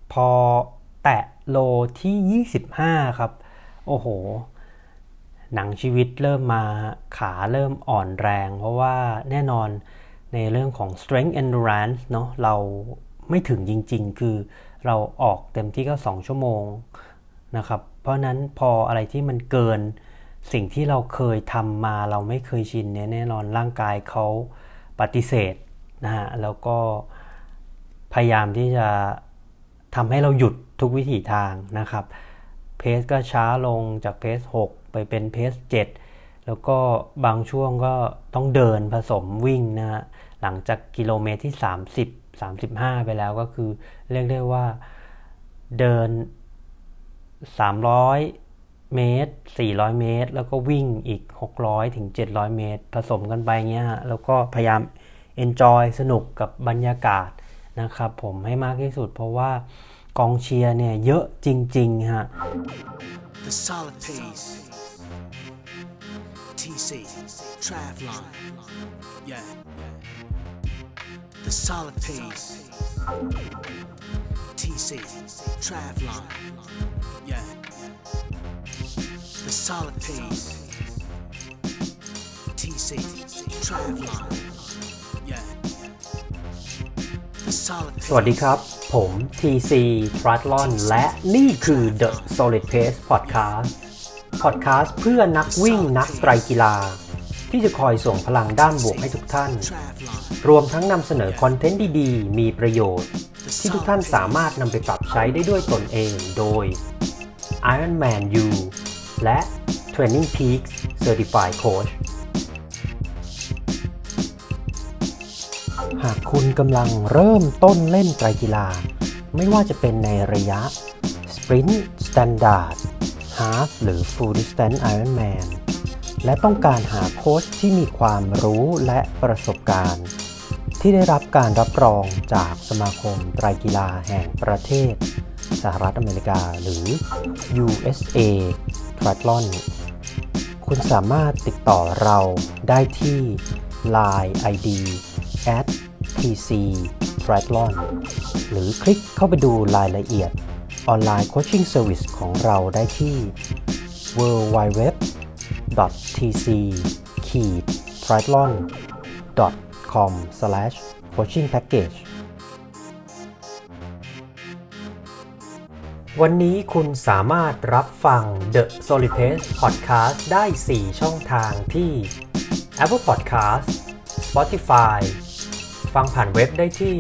พอแตะโลที่25ครับโอ้โหหนังชีวิตเริ่มมาขาเริ่มอ่อนแรงเพราะว่าแน่นอนในเรื่องของ strength endurance เนาะเราไม่ถึงจริงๆคือเราออกเต็มที่ก็2ชั่วโมงนะครับเพราะนั้นพออะไรที่มันเกินสิ่งที่เราเคยทำมาเราไม่เคยชินเนี่ยแน่นอนร่างกายเขาปฏิเสธนะฮะแล้วก็พยายามที่จะทำให้เราหยุดทุกวิถีทางนะครับเพสก็ช้าลงจากเพส6ไปเป็นเพส7แล้วก็บางช่วงก็ต้องเดินผสมวิ่งนะฮะหลังจากกิโลเมตรที่30-35ไปแล้วก็คือเรียกได้ว่าเดิน300เมตร400เมตรแล้วก็วิ่งอีก600ถึง700เมตรผสมกันไปเงี้ยฮะแล้วก็พยายาม enjoy สนุกกับบรรยากาศนะครับผมให้มากที่สุดเพราะว่ากองเชียร์เนี่ยเยอะจริงๆฮะ The solid pace TC Travlon yeah The solid pace TC Travlon yeah The solid pace TC Travlon yeah สวัสดีครับผม TC Travlon และนี่คือ The Solid Pace Podcast เพื่อนักวิ่งนักไตรกีฬาที่จะคอยส่งพลังด้านบวกให้ทุกท่านรวมทั้งนำเสนอคอนเทนต์ดีๆมีประโยชน์ที่ทุกท่านสามารถนำไปปรับใช้ได้ด้วยตนเองโดย Ironman U และ Training Peaks Certified Coachหากคุณกำลังเริ่มต้นเล่นไตรกีฬาไม่ว่าจะเป็นในระยะ Sprint Standard Half หรือ Full Distance Ironman และต้องการหาโค้ชที่มีความรู้และประสบการณ์ที่ได้รับการรับรองจากสมาคมไตรกีฬาแห่งประเทศสหรัฐอเมริกาหรือ USA Triathlon คุณสามารถติดต่อเราได้ที่ Line ID @TC Triathlon หรือคลิกเข้าไปดูรายละเอียดออนไลน์โคชชิ่งเซอร์วิสของเราได้ที่ www.tc-triathlon.com/coachingpackage วันนี้คุณสามารถรับฟัง The Solid Pace Podcast ได้ 4 ช่องทางที่ Apple Podcast Spotify ฟังผ่านเว็บได้ที่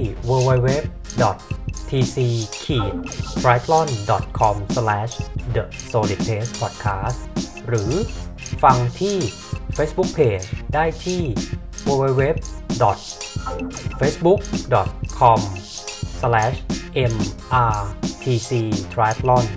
www.tc-triathlon.com/thesolidpacepodcast หรือฟังที่ Facebook Page ได้ที่ www.facebook.com/mrtctriathlon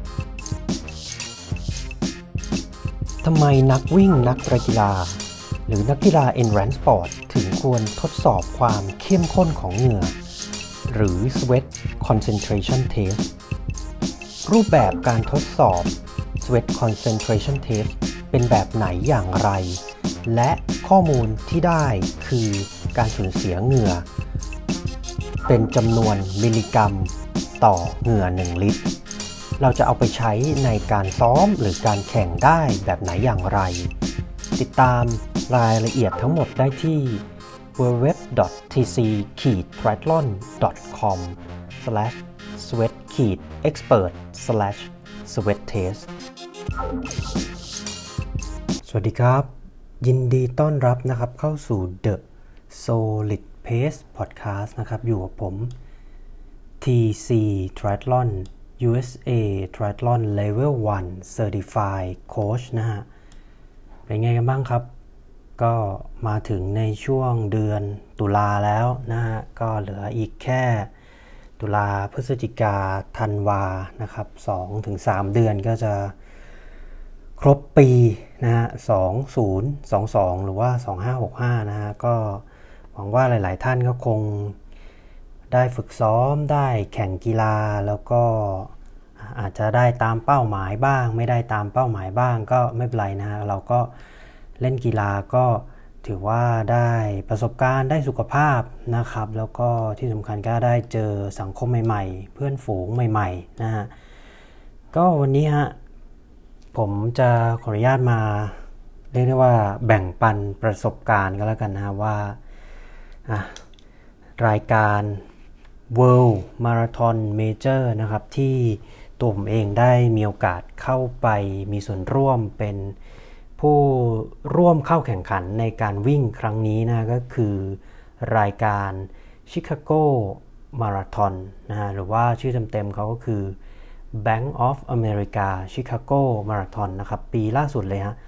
ทำไมนักวิ่งนักไตรกีฬาหรือนักกีฬา Endurance Sport ถึงควรทดสอบความเข้มข้นของเหงื่อหรือ Sweat Concentration Test รูปแบบการทดสอบ Sweat Concentration Test เป็นแบบไหนอย่างไรและข้อมูลที่ได้คือการสูญเสียเหงื่อเป็นจำนวนมิลลิกรัมต่อเหงื่อ1 ลิตรเราจะเอาไปใช้ในการซ้อมหรือการแข่งได้แบบไหนอย่างไรติดตามรายละเอียดทั้งหมดได้ที่ www.tc-triathlon.com/sweat-expert/sweat-test สวัสดีครับยินดีต้อนรับนะครับเข้าสู่ The Solid Pace Podcast นะครับอยู่กับผม TC Triathlon USA Triathlon Level 1 Certified Coach นะฮะเป็นไงกันบ้างครับก็มาถึงในช่วงเดือนตุลาแล้วนะฮะก็เหลืออีกแค่ตุลาพฤศจิกาธันวานะครับ 2-3 เดือนก็จะครบปีนะฮะ2022หรือว่า2565นะฮะก็หวังว่าหลายๆท่านก็คงได้ฝึกซ้อมได้แข่งกีฬาแล้วก็อาจจะได้ตามเป้าหมายบ้างไม่ได้ตามเป้าหมายบ้างก็ไม่เป็นไรนะฮะเราก็เล่นกีฬาก็ถือว่าได้ประสบการณ์ได้สุขภาพนะครับแล้วก็ที่สำคัญก็ได้เจอสังคมใหม่ๆเพื่อนฝูงใหม่ๆนะฮะก็วันนี้ฮะผมจะขออนุญาตมาเรียกได้ว่าแบ่งปันประสบการณ์ก็แล้วกันนะว่ารายการ World Marathon Major นะครับที่ตัวผมเองได้มีโอกาสเข้าไปมีส่วนร่วมเป็นผู้ร่วมเข้าแข่งขันในการวิ่งครั้งนี้นะก็คือรายการ Chicago Marathon นะฮะหรือว่าชื่อเต็มๆเขาก็คือ Bank of America Chicago Marathon นะครับปีล่าสุดเลยฮะ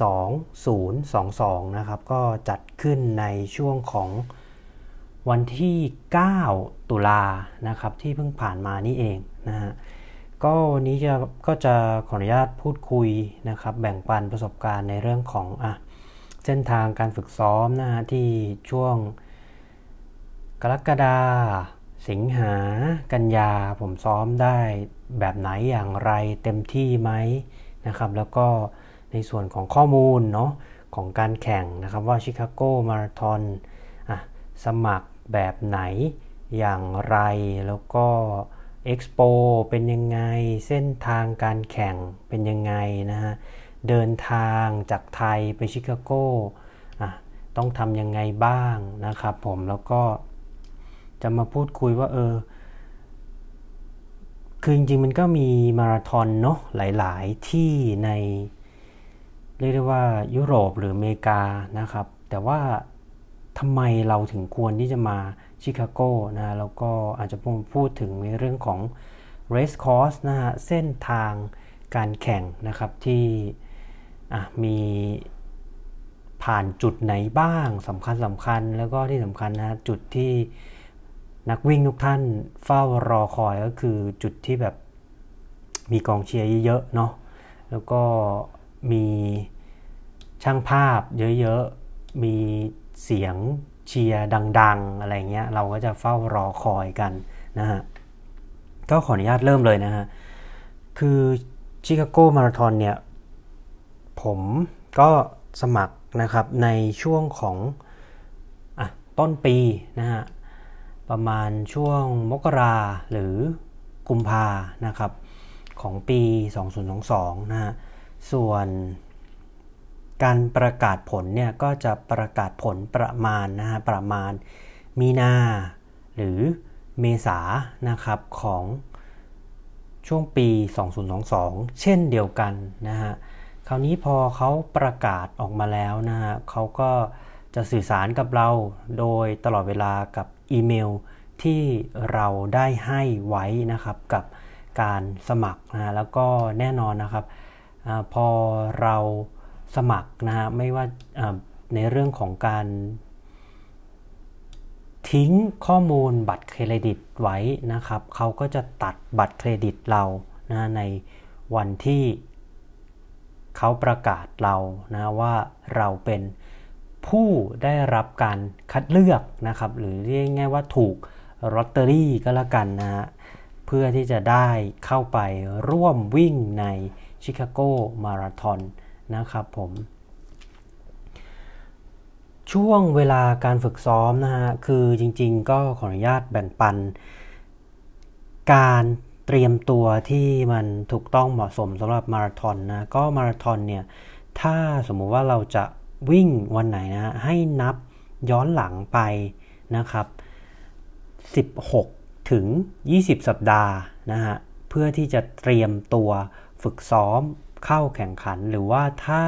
2022นะครับก็จัดขึ้นในช่วงของวันที่9ตุลานะครับที่เพิ่งผ่านมานี่เองนะฮะก็วันนี้ก็จะขออนุญาตพูดคุยนะครับแบ่งปันประสบการณ์ในเรื่องของเส้นทางการฝึกซ้อมนะฮะที่ช่วงกรกฎาสิงหากันยาผมซ้อมได้แบบไหนอย่างไรเต็มที่ไหมนะครับแล้วก็ในส่วนของข้อมูลเนาะของการแข่งนะครับว่าชิคาโกมาราธอนสมัครแบบไหนอย่างไรแล้วก็เอ็กซ์โปเป็นยังไงเส้นทางการแข่งเป็นยังไงนะฮะเดินทางจากไทยไปชิคาโกต้องทำยังไงบ้างนะครับผมแล้วก็จะมาพูดคุยว่าคือจริงๆมันก็มีมาราธอนเนาะหลายๆที่ในเรียกได้ว่ายุโรปหรืออเมริกานะครับแต่ว่าทำไมเราถึงควรที่จะมาชิคาโกนะแล้วก็อาจจะพูดถึงในเรื่องของ race course นะฮะเส้นทางการแข่งนะครับที่มีผ่านจุดไหนบ้างสำคัญแล้วก็ที่สำคัญนะจุดที่นักวิ่งทุกท่านเฝ้ารอคอยก็คือจุดที่แบบมีกองเชียร์เยอะๆเนาะแล้วก็มีช่างภาพเยอะๆมีเสียงเชียร์ดังๆอะไรเงี้ยเราก็จะเฝ้ารอคอยกันนะฮะก็ขออนุญาตเริ่มเลยนะฮะคือชิคาโกมาราธอนเนี่ยผมก็สมัครนะครับในช่วงของต้นปีนะฮะประมาณช่วงมกราหรือกุมภานะครับของปี2022นะฮะส่วนการประกาศผลเนี่ยก็จะประกาศผลประมาณนะฮะประมาณมีนาหรือเมษานะครับของช่วงปี2022เช่นเดียวกันนะฮะคราวนี้พอเขาประกาศออกมาแล้วนะฮะเขาก็จะสื่อสารกับเราโดยตลอดเวลากับอีเมลที่เราได้ให้ไว้นะครับกับการสมัครนะแล้วก็แน่นอนนะครับพอเราสมัครนะฮะไม่ว่าในเรื่องของการทิ้งข้อมูลบัตรเครดิตไว้นะครับเขาก็จะตัดบัตรเครดิตเรานะในวันที่เขาประกาศเรานะว่าเราเป็นผู้ได้รับการคัดเลือกนะครับหรือเรียกง่ายว่าถูกลอตเตอรี่ก็แล้วกันนะฮะเพื่อที่จะได้เข้าไปร่วมวิ่งในชิคาโกมาราธอนนะครับผมช่วงเวลาการฝึกซ้อมนะฮะคือจริงๆก็ขออนุญาตแบ่งปันการเตรียมตัวที่มันถูกต้องเหมาะสมสำหรับมาราธอนนะก็มาราธอนเนี่ยถ้าสมมุติว่าเราจะวิ่งวันไหนนะให้นับย้อนหลังไปนะครับ16ถึง20สัปดาห์นะฮะเพื่อที่จะเตรียมตัวฝึกซ้อมเข้าแข่งขันหรือว่าถ้า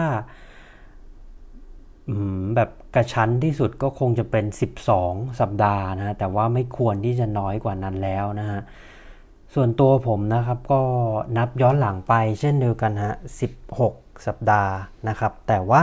แบบกระชั้นที่สุดก็คงจะเป็น12สัปดาห์นะฮะแต่ว่าไม่ควรที่จะน้อยกว่านั้นแล้วนะฮะส่วนตัวผมนะครับก็นับย้อนหลังไปเช่นเดียวกันฮะ16สัปดาห์นะครับแต่ว่า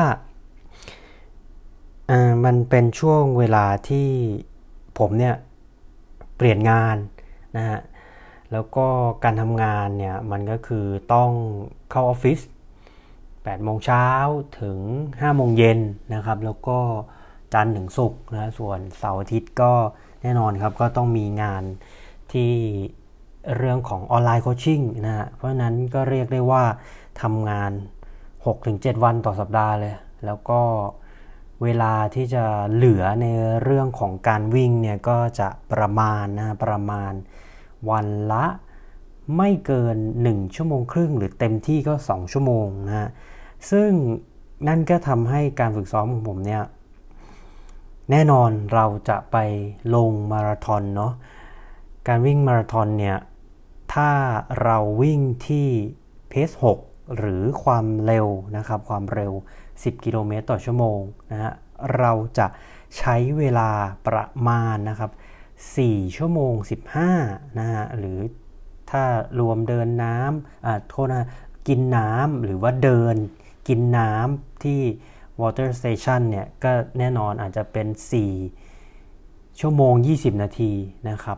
มันเป็นช่วงเวลาที่ผมเนี่ยเปลี่ยนงานนะฮะแล้วก็การทำงานเนี่ยมันก็คือต้องเข้าออฟฟิศ8โมงเช้าถึง5โมงเย็นนะครับแล้วก็จันทร์ถึงศุกร์นะส่วนเสาร์อาทิตย์ก็แน่นอนครับก็ต้องมีงานที่เรื่องของออนไลน์โคชชิ่งนะฮะเพราะนั้นก็เรียกได้ว่าทำงาน 6-7 วันต่อสัปดาห์เลยแล้วก็เวลาที่จะเหลือในเรื่องของการวิ่งเนี่ยก็จะประมาณวันละไม่เกิน1 ชั่วโมงครึ่งหรือเต็มที่ก็2 ชั่วโมงนะฮะซึ่งนั่นก็ทำให้การฝึกซ้อมของผมเนี่ยแน่นอนเราจะไปลงมาราธอนเนาะการวิ่งมาราธอนเนี่ยถ้าเราวิ่งที่เพส6หรือความเร็วนะครับความเร็ว10 กิโลเมตรต่อชั่วโมงนะฮะเราจะใช้เวลาประมาณนะครับ4 ชั่วโมง 15นะฮะหรือถ้ารวมเดินน้ำโทษนะกินน้ำหรือว่าเดินกินน้ำที่ water station เนี่ยก็แน่นอนอาจจะเป็น4 ชั่วโมง 20 นาทีนะครับ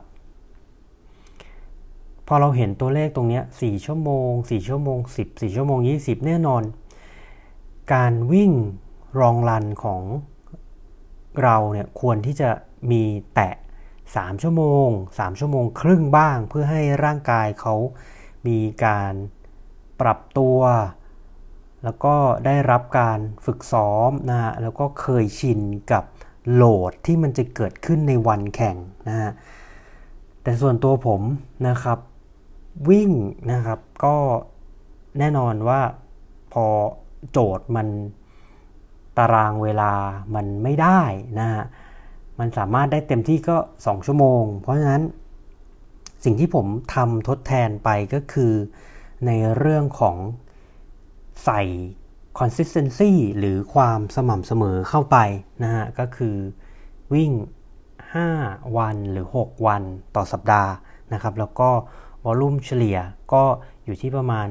พอเราเห็นตัวเลขตรงนี้4 ชั่วโมง4 ชั่วโมง 10 4 ชั่วโมง 20แน่นอนการวิ่งรองรันของเราเนี่ยควรที่จะมีแตะ3 ชั่วโมง3 ชั่วโมงครึ่งบ้างเพื่อให้ร่างกายเขามีการปรับตัวแล้วก็ได้รับการฝึกซ้อมนะฮะแล้วก็เคยชินกับโหลดที่มันจะเกิดขึ้นในวันแข่งนะฮะแต่ส่วนตัวผมนะครับวิ่งนะครับก็แน่นอนว่าพอโจทย์มันตารางเวลามันไม่ได้นะฮะมันสามารถได้เต็มที่ก็2 ชั่วโมงเพราะฉะนั้นสิ่งที่ผมทำทดแทนไปก็คือในเรื่องของใส่ consistency หรือความสม่ำเสมอเข้าไปนะฮะก็คือวิ่ง5 วันหรือ6 วันต่อสัปดาห์นะครับแล้วก็วอลลุ่มเฉลี่ยก็อยู่ที่ประมาณ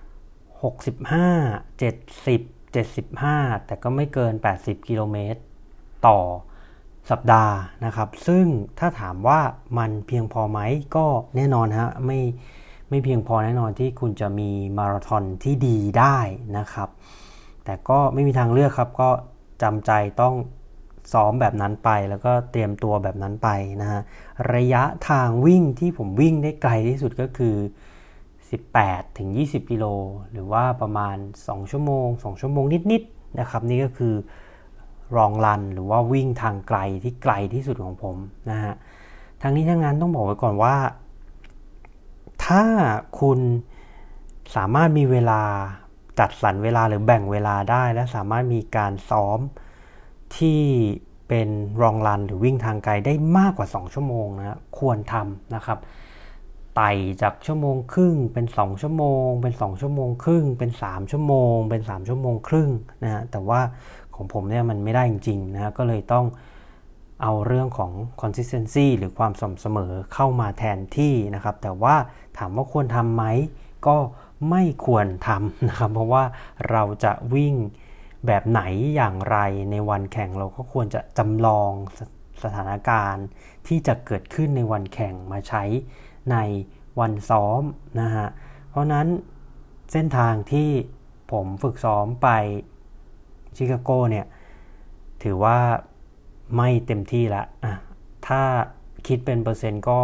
65 70 75แต่ก็ไม่เกิน80 กิโลเมตรต่อสัปดาห์นะครับซึ่งถ้าถามว่ามันเพียงพอไหมก็แน่นอนฮะไม่เพียงพอแน่นอนที่คุณจะมีมาราธอนที่ดีได้นะครับแต่ก็ไม่มีทางเลือกครับก็จำใจต้องซ้อมแบบนั้นไปแล้วก็เตรียมตัวแบบนั้นไปนะฮะระยะทางวิ่งที่ผมวิ่งได้ไกลที่สุดก็คือ18 ถึง 20 กิโลหรือว่าประมาณ2 ชั่วโมง2 ชั่วโมงนิดๆนะครับนี่ก็คือรองรันหรือว่าวิ่งทางไกลที่ไกลที่สุดของผมนะฮะทั้งนี้ทั้งนั้นต้องบอกไว้ก่อนว่าถ้าคุณสามารถมีเวลาจัดสรรเวลาหรือแบ่งเวลาได้และสามารถมีการซ้อมที่เป็นรองรันหรือวิ่งทางไกลได้มากกว่า2 ชั่วโมงนะควรทำนะครับไต่จาก1 ชั่วโมงครึ่งเป็น2 ชั่วโมงเป็น2 ชั่วโมงครึ่งเป็น3 ชั่วโมงเป็น3 ชั่วโมงครึ่งนะฮะแต่ว่าของผมเนี่ยมันไม่ได้จริงๆนะก็เลยต้องเอาเรื่องของ consistency หรือความสม่ำเสมอเข้ามาแทนที่นะครับแต่ว่าถามว่าควรทำไหมก็ไม่ควรทำนะครับเพราะว่าเราจะวิ่งแบบไหนอย่างไรในวันแข่งเราก็ควรจะจำลองสถานการณ์ที่จะเกิดขึ้นในวันแข่งมาใช้ในวันซ้อมนะฮะเพราะนั้นเส้นทางที่ผมฝึกซ้อมไปชิคาโกเนี่ยถือว่าไม่เต็มที่ละถ้าคิดเป็นเปอร์เซ็นต์ก็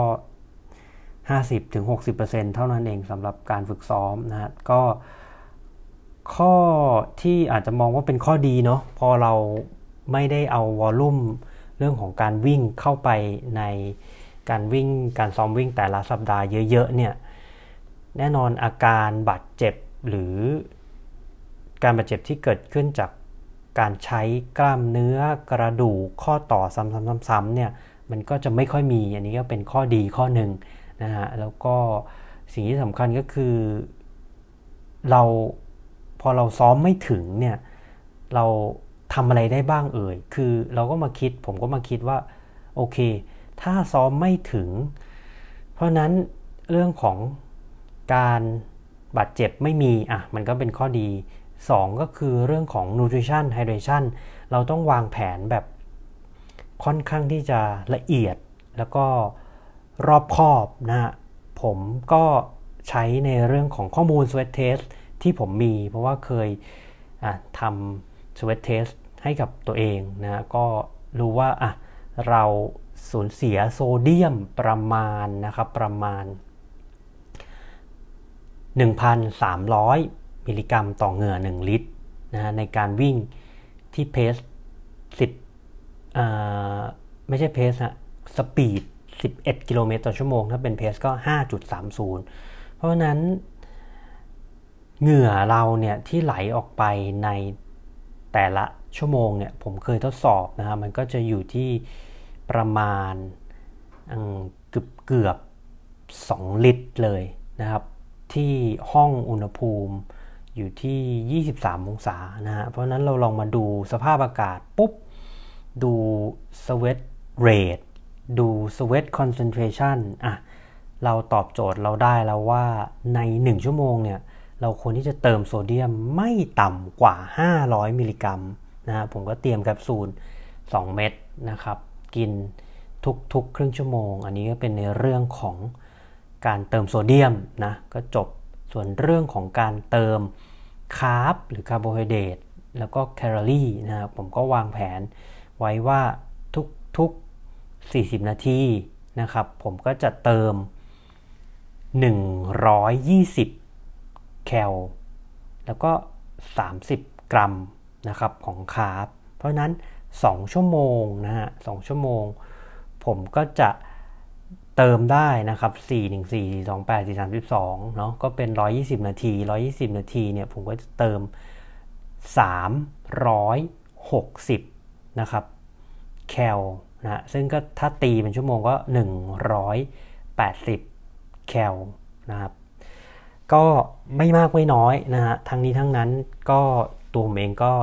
50-60% เท่านั้นเองสำหรับการฝึกซ้อมนะฮะก็ข้อที่อาจจะมองว่าเป็นข้อดีเนาะพอเราไม่ได้เอาวอลลุ่มเรื่องของการวิ่งเข้าไปในการซ้อมวิ่งแต่ละสัปดาห์เยอะๆเนี่ยแน่นอนอาการบาดเจ็บหรือการบาดเจ็บที่เกิดขึ้นจากการใช้กล้ามเนื้อกระดูกข้อต่อซ้ำๆเนี่ยมันก็จะไม่ค่อยมีอันนี้ก็เป็นข้อดีข้อหนึ่งนะฮะแล้วก็สิ่งที่สำคัญก็คือพอเราซ้อมไม่ถึงเนี่ยเราทำอะไรได้บ้างคือเราก็มาคิดผมก็มาคิดว่าโอเคถ้าซ้อมไม่ถึงเพราะนั้นเรื่องของการบาดเจ็บไม่มีมันก็เป็นข้อดี2ก็คือเรื่องของ nutrition hydration เราต้องวางแผนแบบค่อนข้างที่จะละเอียดแล้วก็รอบคอบนะผมก็ใช้ในเรื่องของข้อมูล sweat test ที่ผมมีเพราะว่าเคยทำ sweat test ให้กับตัวเองนะก็รู้ว่าเราสูญเสียโซเดียมประมาณ 1,300 มิลลิกรัมต่อเหงื่อ1 ลิตรนะในการวิ่งที่เพสไม่ใช่เพสนะสปีด11 กิโลเมตรต่อชั่วโมงถ้าเป็นเพสก็ 5.30 เพราะฉะนั้นเหงื่อเราเนี่ยที่ไหลออกไปในแต่ละชั่วโมงเนี่ยผมเคยทดสอบนะครับมันก็จะอยู่ที่ประมาณเกือบ2 ลิตรเลยนะครับที่ห้องอุณหภูมิอยู่ที่23 องศานะฮะเพราะนั้นเราลองมาดูสภาพอากาศปุ๊บดู sweat rate ดู sweat concentration เราตอบโจทย์เราได้แล้วว่าใน1ชั่วโมงเนี่ยเราควรที่จะเติมโซเดียมไม่ต่ำกว่า500 มิลลิกรัมนะฮะผมก็เตรียมแคปซูล2 เม็ดนะครับกินทุกครึ่งชั่วโมงอันนี้ก็เป็นในเรื่องของการเติมโซเดียมนะก็จบส่วนเรื่องของการเติมคาร์บหรือคาร์โบไฮเดรตแล้วก็แคลอรี่นะครับผมก็วางแผนไว้ว่าทุก40 นาทีนะครับผมก็จะเติม120 แคลแล้วก็30 กรัมนะครับของคาร์บเพราะนั้น2 ชั่วโมงนะฮะ2 ชั่วโมงผมก็จะเติมได้นะครับ414 428 432เนาะก็เป็น120 นาที120 นาทีเนี่ยผมก็จะเติม360นะครับแคลนะซึ่งก็ถ้าตีเป็นชั่วโมงก็180 แคลนะครับก็ไม่มากไม่น้อยนะฮะทั้งนี้ทั้งนั้นก็ตัวผมเองก็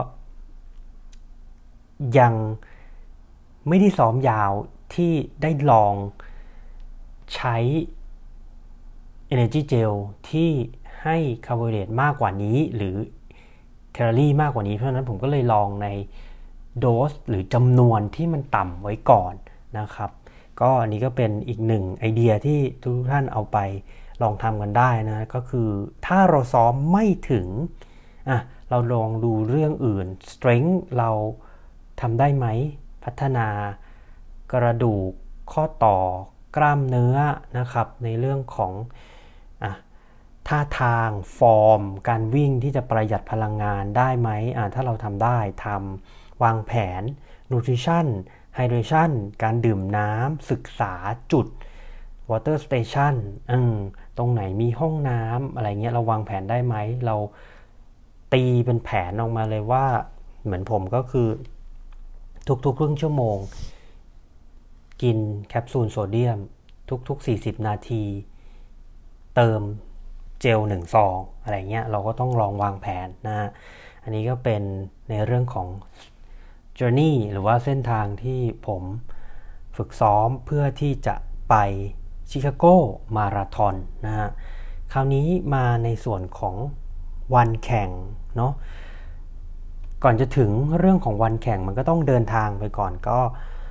ยังไม่ได้ซ้อมยาวที่ได้ลองใช้ Energy Gel ที่ให้คาร์โบไฮเดรตมากกว่านี้หรือแคลอรี่มากกว่านี้เพราะฉะนั้นผมก็เลยลองในโดสหรือจำนวนที่มันต่ำไว้ก่อนนะครับก็อันนี้ก็เป็นอีกหนึ่งไอเดียที่ทุกท่านเอาไปลองทำกันได้นะก็คือถ้าเราซ้อมไม่ถึงเราลองดูเรื่องอื่น strength เราทำได้ไหมพัฒนากระดูกข้อต่อกล้ามเนื้อนะครับในเรื่องของท่าทางฟอร์มการวิ่งที่จะประหยัดพลังงานได้ไหมถ้าเราทำได้วางแผน nutrition hydration การดื่มน้ำศึกษาจุด water station ตรงไหนมีห้องน้ำอะไรเงี้ยเราวางแผนได้ไหมเราตีเป็นแผนออกมาเลยว่าเหมือนผมก็คือทุกๆครึ่งชั่วโมงกินแคปซูลโซเดียมทุกๆ40 นาทีเติมเจล1 ซองอะไรเงี้ยเราก็ต้องลองวางแผนนะอันนี้ก็เป็นในเรื่องของ journey หรือว่าเส้นทางที่ผมฝึกซ้อมเพื่อที่จะไปชิคาโกมาราธอนนะฮะคราวนี้มาในส่วนของวันแข่งเนาะก่อนจะถึงเรื่องของวันแข่งมันก็ต้องเดินทางไปก่อนก็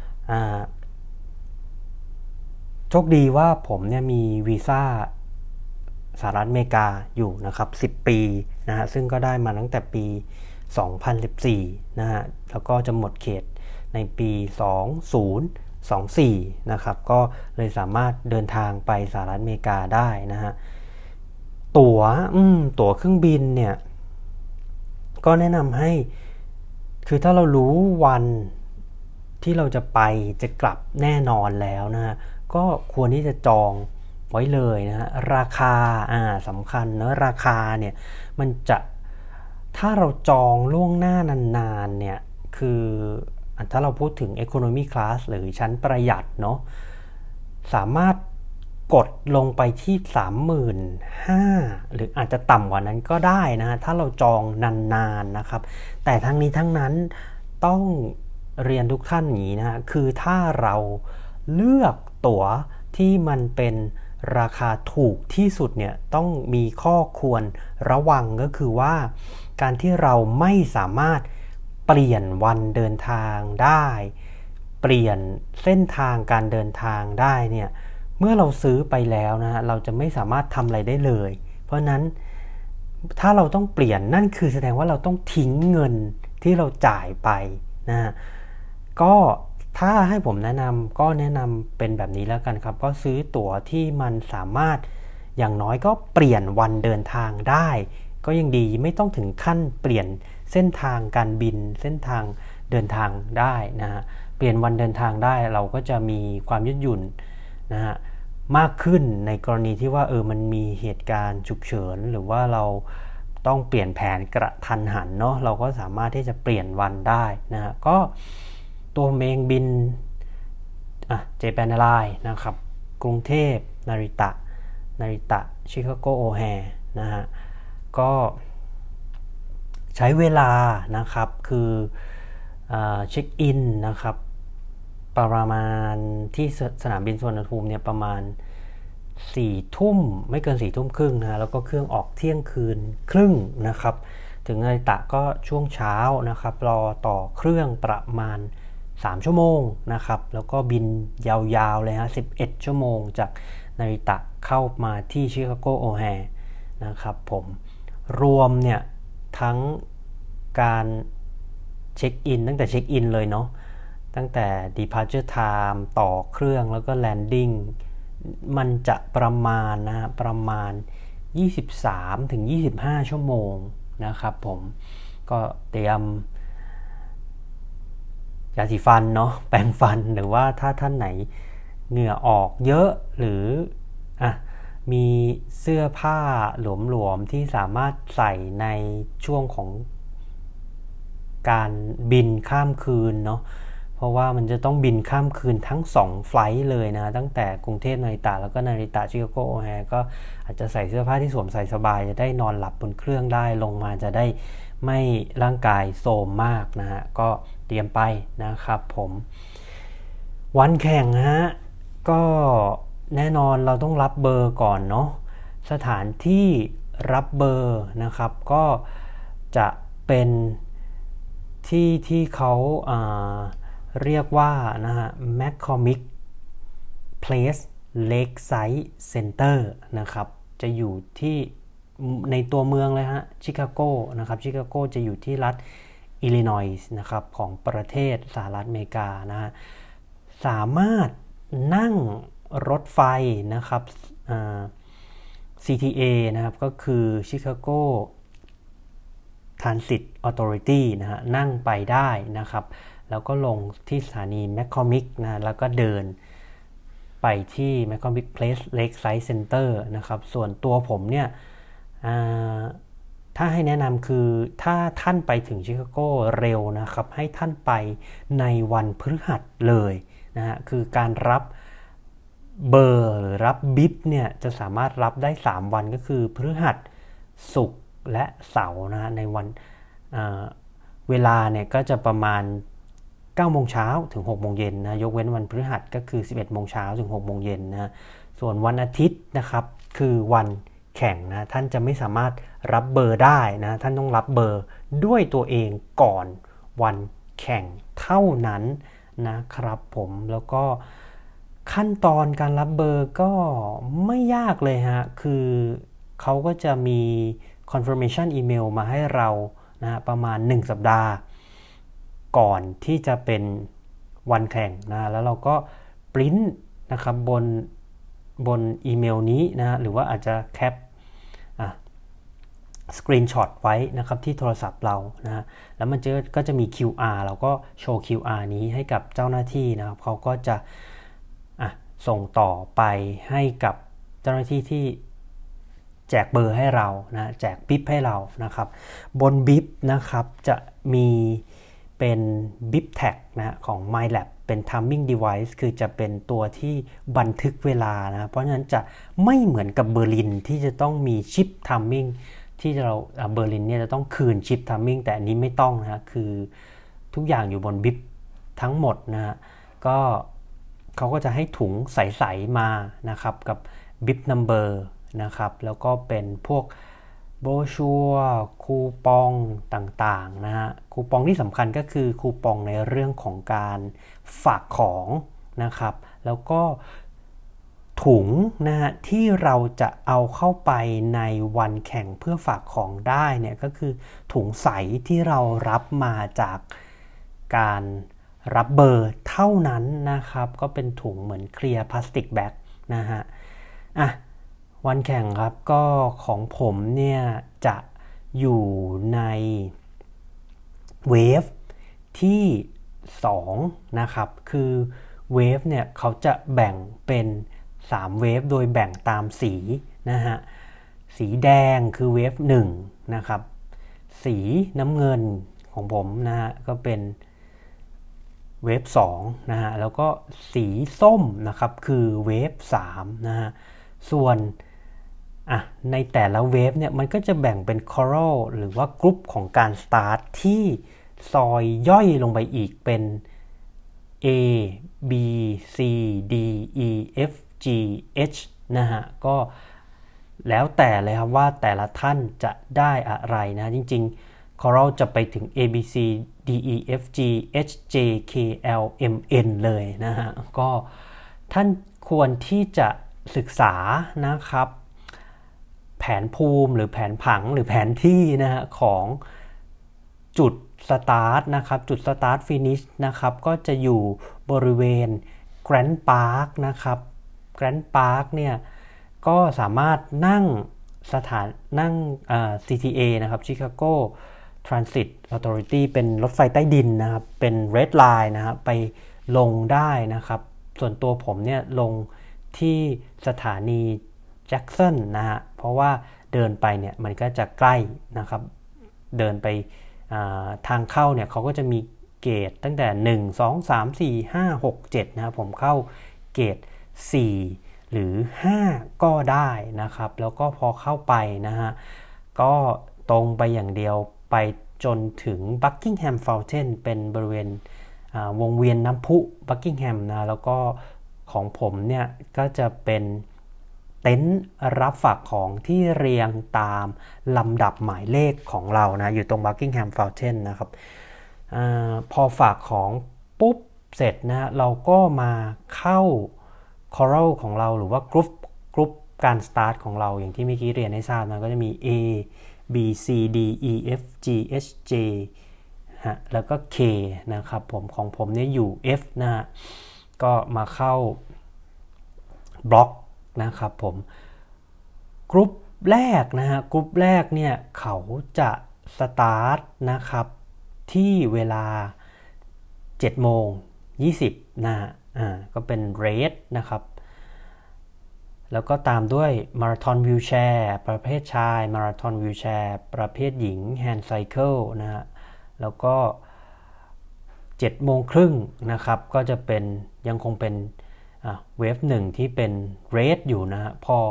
โชคดีว่าผมเนี่ยมีวีซ่าสหรัฐอเมริกาอยู่นะครับ10 ปีนะฮะซึ่งก็ได้มาตั้งแต่ปี2014นะฮะแล้วก็จะหมดเขตในปี2024นะครับก็เลยสามารถเดินทางไปสหรัฐอเมริกาได้นะฮะตั๋วเครื่องบินเนี่ยก็แนะนำให้คือถ้าเรารู้วันที่เราจะไปจะกลับแน่นอนแล้วนะฮะก็ควรที่จะจองไว้เลยนะฮะราคาสำคัญนะราคาเนี่ยมันจะถ้าเราจองล่วงหน้านานๆเนี่ยคือถ้าเราพูดถึง Economy Class หรือชั้นประหยัดเนาะสามารถกดลงไปที่ 35,000 หรืออาจจะต่ำกว่านั้นก็ได้นะถ้าเราจองนานๆนะครับแต่ทั้งนี้ทั้งนั้นต้องเรียนทุกท่านอย่างนี้นะคือถ้าเราเลือกตั๋วที่มันเป็นราคาถูกที่สุดเนี่ยต้องมีข้อควรระวังก็คือว่าการที่เราไม่สามารถเปลี่ยนวันเดินทางได้เปลี่ยนเส้นทางการเดินทางได้เนี่ยเมื่อเราซื้อไปแล้วนะเราจะไม่สามารถทำอะไรได้เลยเพราะนั้นถ้าเราต้องเปลี่ยนนั่นคือแสดงว่าเราต้องทิ้งเงินที่เราจ่ายไปนะก็ถ้าให้ผมแนะนำก็แนะนำเป็นแบบนี้แล้วกันครับก็ซื้อตั๋วที่มันสามารถอย่างน้อยก็เปลี่ยนวันเดินทางได้ก็ยังดีไม่ต้องถึงขั้นเปลี่ยนเส้นทางการบินเส้นทางเดินทางได้นะฮะเปลี่ยนวันเดินทางได้เราก็จะมีความยืดหยุ่นนะฮะมากขึ้นในกรณีที่ว่ามันมีเหตุการณ์ฉุกเฉินหรือว่าเราต้องเปลี่ยนแผนกระทันหันเนาะเราก็สามารถที่จะเปลี่ยนวันได้นะฮะก็ตัวเองบินเจแปนแอร์ไลน์นะครับกรุงเทพนาริตะชิคาโกโอแฮนะฮะก็ใช้เวลานะครับคือเช็คอินนะครับประมาณที่สนามบินสุวรรณภูมิเนี่ยประมาณ4 ทุ่มไม่เกิน4 ทุ่มครึ่งนะแล้วก็เครื่องออกเที่ยงคืนครึ่งนะครับถึงนาริตะก็ช่วงเช้านะครับรอต่อเครื่องประมาณ3 ชั่วโมงนะครับแล้วก็บินยาวๆเลยฮะ11 ชั่วโมงจากนาริตะเข้ามาที่ชิคาโกโอแฮนะครับผมรวมเนี่ยทั้งการเช็คอินตั้งแต่เช็คอินเลยเนาะตั้งแต่ departure time ต่อเครื่องแล้วก็ landing มันจะประมาณ23-25 ชั่วโมงนะครับผมก็เตรียมยาสีฟันเนาะแปรงฟันหรือว่าถ้าท่านไหนเหงื่อออกเยอะหรือมีเสื้อผ้าหลวมๆที่สามารถใส่ในช่วงของการบินข้ามคืนเนาะเพราะว่ามันจะต้องบินข้ามคืนทั้ง2ไฟลท์เลยนะตั้งแต่กรุงเทพนาริตะแล้วก็นาริตะชิคาโกโอแฮก็อาจจะใส่เสื้อผ้าที่สวมใส่สบายจะได้นอนหลับบนเครื่องได้ลงมาจะได้ไม่ร่างกายโทรมมากนะฮะก็เตรียมไปนะครับผมวันแข่งฮะก็แน่นอนเราต้องรับเบอร์ก่อนเนาะสถานที่รับเบอร์นะครับก็จะเป็นที่เขาเรียกว่านะฮะ McCormick Place Lakeside Center นะครับจะอยู่ที่ในตัวเมืองเลยฮะชิคาโกนะครับชิคาโกจะอยู่ที่รัฐอิลลินอยส์นะครับของประเทศสหรัฐอเมริกานะฮะสามารถนั่งรถไฟนะครับCTA นะครับก็คือ Chicago Transit Authority นะฮะนั่งไปได้นะครับแล้วก็ลงที่สถานี McCormick นะแล้วก็เดินไปที่ McCormick Place Lakeside Center นะครับส่วนตัวผมเนี่ยถ้าให้แนะนำคือถ้าท่านไปถึงชิคาโกเร็วนะครับให้ท่านไปในวันพฤหัสเลยนะฮะคือการรับเบอร์หรือรับบิปเนี่ยจะสามารถรับได้3วันก็คือพฤหัสศุกร์และเสาร์นะในวันเวลาเนี่ยก็จะประมาณ9 โมงเช้าถึง6 โมงเย็นนะยกเว้นวันพฤหัสก็คือ11 โมงเช้าถึง6 โมงเย็นนะส่วนวันอาทิตย์นะครับคือวันแข่งนะท่านจะไม่สามารถรับเบอร์ได้นะท่านต้องรับเบอร์ด้วยตัวเองก่อนวันแข่งเท่านั้นนะครับผมแล้วก็ขั้นตอนการรับเบอร์ก็ไม่ยากเลยฮะคือเขาก็จะมี confirmation email มาให้เรานะประมาณ1 สัปดาห์ก่อนที่จะเป็นวันแข่งนะแล้วเราก็ปริ้นนะครับบนอีเมลนี้นะหรือว่าอาจจะแคปสกรีนช็อตไว้นะครับที่โทรศัพท์เรานะแล้วมันก็จะมี QR เราก็โชว์ QR นี้ให้กับเจ้าหน้าที่นะครับเขาก็จะส่งต่อไปให้กับเจ้าหน้าที่ที่แจกเบอร์ให้เรานะแจกบิ๊บให้เรานะครับบนบิ๊บนะครับจะมีเป็น Bip Tag นะของ MyLab เป็น Timing Device คือจะเป็นตัวที่บันทึกเวลานะเพราะฉะนั้นจะไม่เหมือนกับเบอร์ลินที่จะต้องมีชิป Timing ที่เราเบอร์ลินเนี่ยจะต้องคืนชิป Timing แต่อันนี้ไม่ต้องนะคือทุกอย่างอยู่บน Bip ทั้งหมดนะก็เขาก็จะให้ถุงใสๆมานะครับกับ Bip Number นะครับแล้วก็เป็นพวกโบรชัวร์คูปองต่างๆนะฮะคูปองที่สำคัญก็คือคูปองในเรื่องของการฝากของนะครับแล้วก็ถุงนะฮะที่เราจะเอาเข้าไปในวันแข่งเพื่อฝากของได้เนี่ยก็คือถุงใสที่เรารับมาจากการรับเบอร์เท่านั้นนะครับก็เป็นถุงเหมือนเคลียร์พลาสติกแบ็กนะฮะวันแข่งครับก็ของผมเนี่ยจะอยู่ในเวฟที่2นะครับคือเวฟเนี่ยเขาจะแบ่งเป็น3เวฟโดยแบ่งตามสีนะฮะสีแดงคือเวฟ1นะครับสีน้ำเงินของผมนะฮะก็เป็นเวฟ2นะฮะแล้วก็สีส้มนะครับคือเวฟ3นะฮะส่วนในแต่ละเวฟเนี่ยมันก็จะแบ่งเป็นคอรัลหรือว่ากรุ๊ปของการสตาร์ทที่ซอยย่อยลงไปอีกเป็น A B C D E F G H นะฮะก็แล้วแต่เลยครับว่าแต่ละท่านจะได้อะไรนะจริงๆ Coral จะไปถึง A B C D E F G H J K L M N เลยนะฮะก็ท่านควรที่จะศึกษานะครับแผนภูมิหรือแผนผังหรือแผนที่นะฮะของจุดสตาร์ทนะครับจุดสตาร์ทฟินิชนะครับก็จะอยู่บริเวณแกรนด์พาร์คนะครับแกรนด์พาร์คเนี่ยก็สามารถนั่งCTA นะครับ Chicago Transit Authority เป็นรถไฟใต้ดินนะครับเป็น Red Line นะครับไปลงได้นะครับส่วนตัวผมเนี่ยลงที่สถานีแจ็คสันนะฮะเพราะว่าเดินไปเนี่ยมันก็จะใกล้นะครับเดินไปทางเข้าเนี่ยเขาก็จะมีเกตตั้งแต่1 2 3 4 5 6 7นะครับผมเข้าเกต4หรือ5ก็ได้นะครับแล้วก็พอเข้าไปนะฮะก็ตรงไปอย่างเดียวไปจนถึง Buckingham Fountain เป็นบริเวณวงเวียนน้ำพุบักกิงแฮมนะแล้วก็ของผมเนี่ยก็จะเป็นเต็นท์รับฝากของที่เรียงตามลำดับหมายเลขของเรานะอยู่ตรง Buckingham Fountain นะครับพอฝากของปุ๊บเสร็จนะเราก็มาเข้า Coral ของเราหรือว่ากรุ๊ปการสตาร์ทของเราอย่างที่เมื่อกี้เรียนให้ทราบนะก็จะมี A B C D E F G H Jแล้วก็ K นะครับของผมเนี่ยอยู่ F นะฮะก็มาเข้าบล็อกนะครับผมกรุ๊ปแรกนะฮะกรุ๊ปแรกเนี่ยเขาจะสตาร์ทนะครับที่เวลา 7:20 นะฮะก็เป็นเรดนะครับแล้วก็ตามด้วยมาราธอนวิวแชร์ประเภทชายมาราธอนวิวแชร์ประเภทหญิงแฮนด์ไซเคิลนะฮะแล้วก็ 7:30 นะครับก็จะเป็นยังคงเป็นเวฟ1ที่เป็นเรดอยู่นะฮะพอ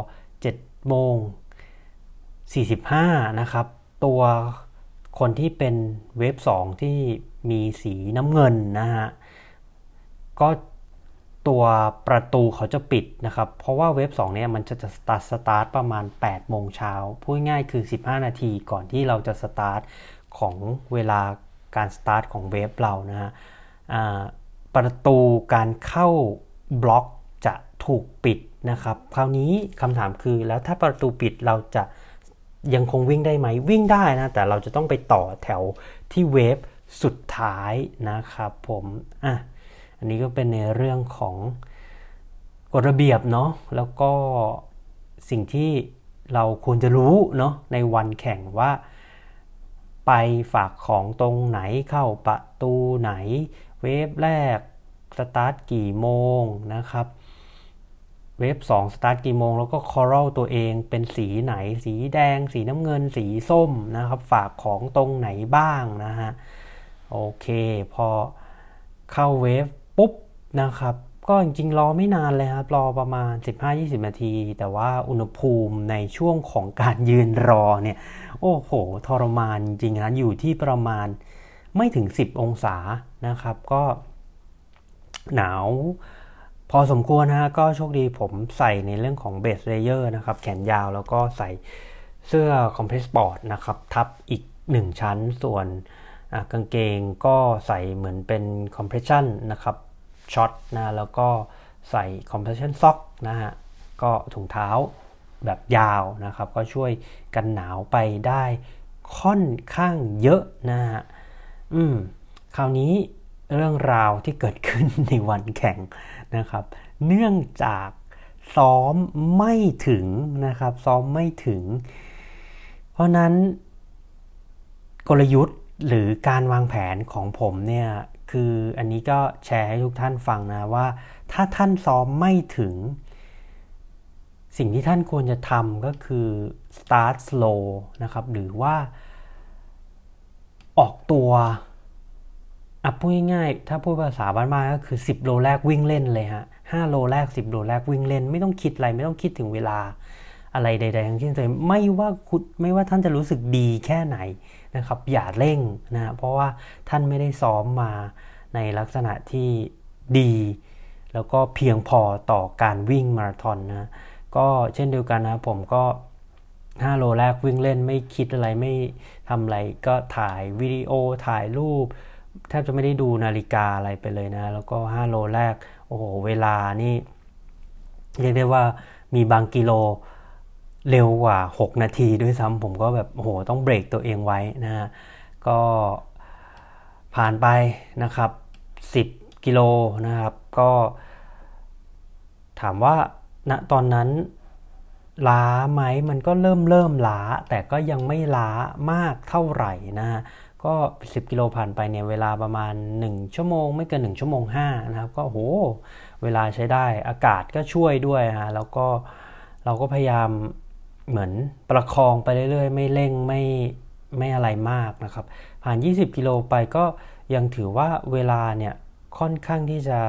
7:45 นะครับตัวคนที่เป็นเวฟ2ที่มีสีน้ำเงินนะฮะก็ตัวประตูเขาจะปิดนะครับเพราะว่าเวฟ2เนี่ยมันจะสตาร์ทประมาณ 8 โมงเช้าพูดง่ายคือ15นาทีก่อนที่เราจะสตาร์ทของเวลาการสตาร์ทของเวฟเรานะฮะประตูการเข้าบล็อกจะถูกปิดนะครับคราวนี้คำถามคือแล้วถ้าประตูปิดเราจะยังคงวิ่งได้ไหมวิ่งได้นะแต่เราจะต้องไปต่อแถวที่เวฟสุดท้ายนะครับผมอันนี้ก็เป็นในเรื่องของกฎระเบียบเนาะแล้วก็สิ่งที่เราควรจะรู้เนาะในวันแข่งว่าไปฝากของตรงไหนเข้าประตูไหนเวฟแรกสตาร์ทกี่โมงนะครับเวฟ2สตาร์ทกี่โมงแล้วก็คอรัลตัวเองเป็นสีไหนสีแดงสีน้ำเงินสีส้มนะครับฝากของตรงไหนบ้างนะฮะโอเคพอเข้าเวฟปุ๊บนะครับก็จริงๆรอไม่นานเลยครับรอประมาณ 15-20 นาทีแต่ว่าอุณหภูมิในช่วงของการยืนรอเนี่ยโอ้โหทรมานจริงๆนะอยู่ที่ประมาณไม่ถึง10องศานะครับก็หนาวพอสมควรนะก็โชคดีผมใส่ในเรื่องของเบสเลเยอร์นะครับแขนยาวแล้วก็ใส่เสื้อคอมเพรสบอร์ดนะครับทับอีก1ชั้นส่วนกางเกงก็ใส่เหมือนเป็นคอมเพรสชั่นนะครับช็อตนะแล้วก็ใส่คอมเพรสชั่นซ็อกนะฮะก็ถุงเท้าแบบยาวนะครับก็ช่วยกันหนาวไปได้ค่อนข้างเยอะนะฮะคราวนี้เรื่องราวที่เกิดขึ้นในวันแข่งนะครับเนื่องจากซ้อมไม่ถึงนะครับซ้อมไม่ถึงเพราะนั้นกลยุทธ์หรือการวางแผนของผมเนี่ยคืออันนี้ก็แชร์ให้ทุกท่านฟังนะว่าถ้าท่านซ้อมไม่ถึงสิ่งที่ท่านควรจะทำก็คือ start slow นะครับหรือว่าออกตัวพูดง่ายๆถ้าพูดภาษาบ้านๆก็คือ10โลแรกวิ่งเล่นเลยฮะ5โลแรก10โลแรกวิ่งเล่นไม่ต้องคิดอะไรไม่ต้องคิดถึงเวลาอะไรใดๆทั้งสิ้นเลยไม่ว่าท่านจะรู้สึกดีแค่ไหนนะครับอย่าเร่งนะเพราะว่าท่านไม่ได้ซ้อมมาในลักษณะที่ดีแล้วก็เพียงพอต่อการวิ่งมาราธอนนะก็เช่นเดียวกันนะผมก็5โลแรกวิ่งเล่นไม่คิดอะไรไม่ทำอะไรก็ถ่ายวิดีโอถ่ายรูปแทบจะไม่ได้ดูนาฬิกาอะไรไปเลยนะแล้วก็5โลแรกโอ้โหเวลานี่เรียกได้ว่ามีบางกิโลเร็วกว่า6นาทีด้วยซ้ำผมก็แบบโอ้โหต้องเบรกตัวเองไว้นะฮะก็ผ่านไปนะครับ10กิโลนะครับก็ถามว่าณตอนนั้นล้าไหมมันก็เริ่มล้าแต่ก็ยังไม่ล้ามากเท่าไหร่นะฮะก็10กิโลผ่านไปเนี่ยเวลาประมาณ1ชั่วโมงไม่เกิน1ชั่วโมง5นะครับก็โหเวลาใช้ได้อากาศก็ช่วยด้วยฮะแล้วก็เราก็พยายามเหมือนประคองไปเรื่อยๆไม่เร่งไม่อะไรมากนะครับผ่าน20กิโลไปก็ยังถือว่าเวลาเนี่ยค่อนข้างที่จะ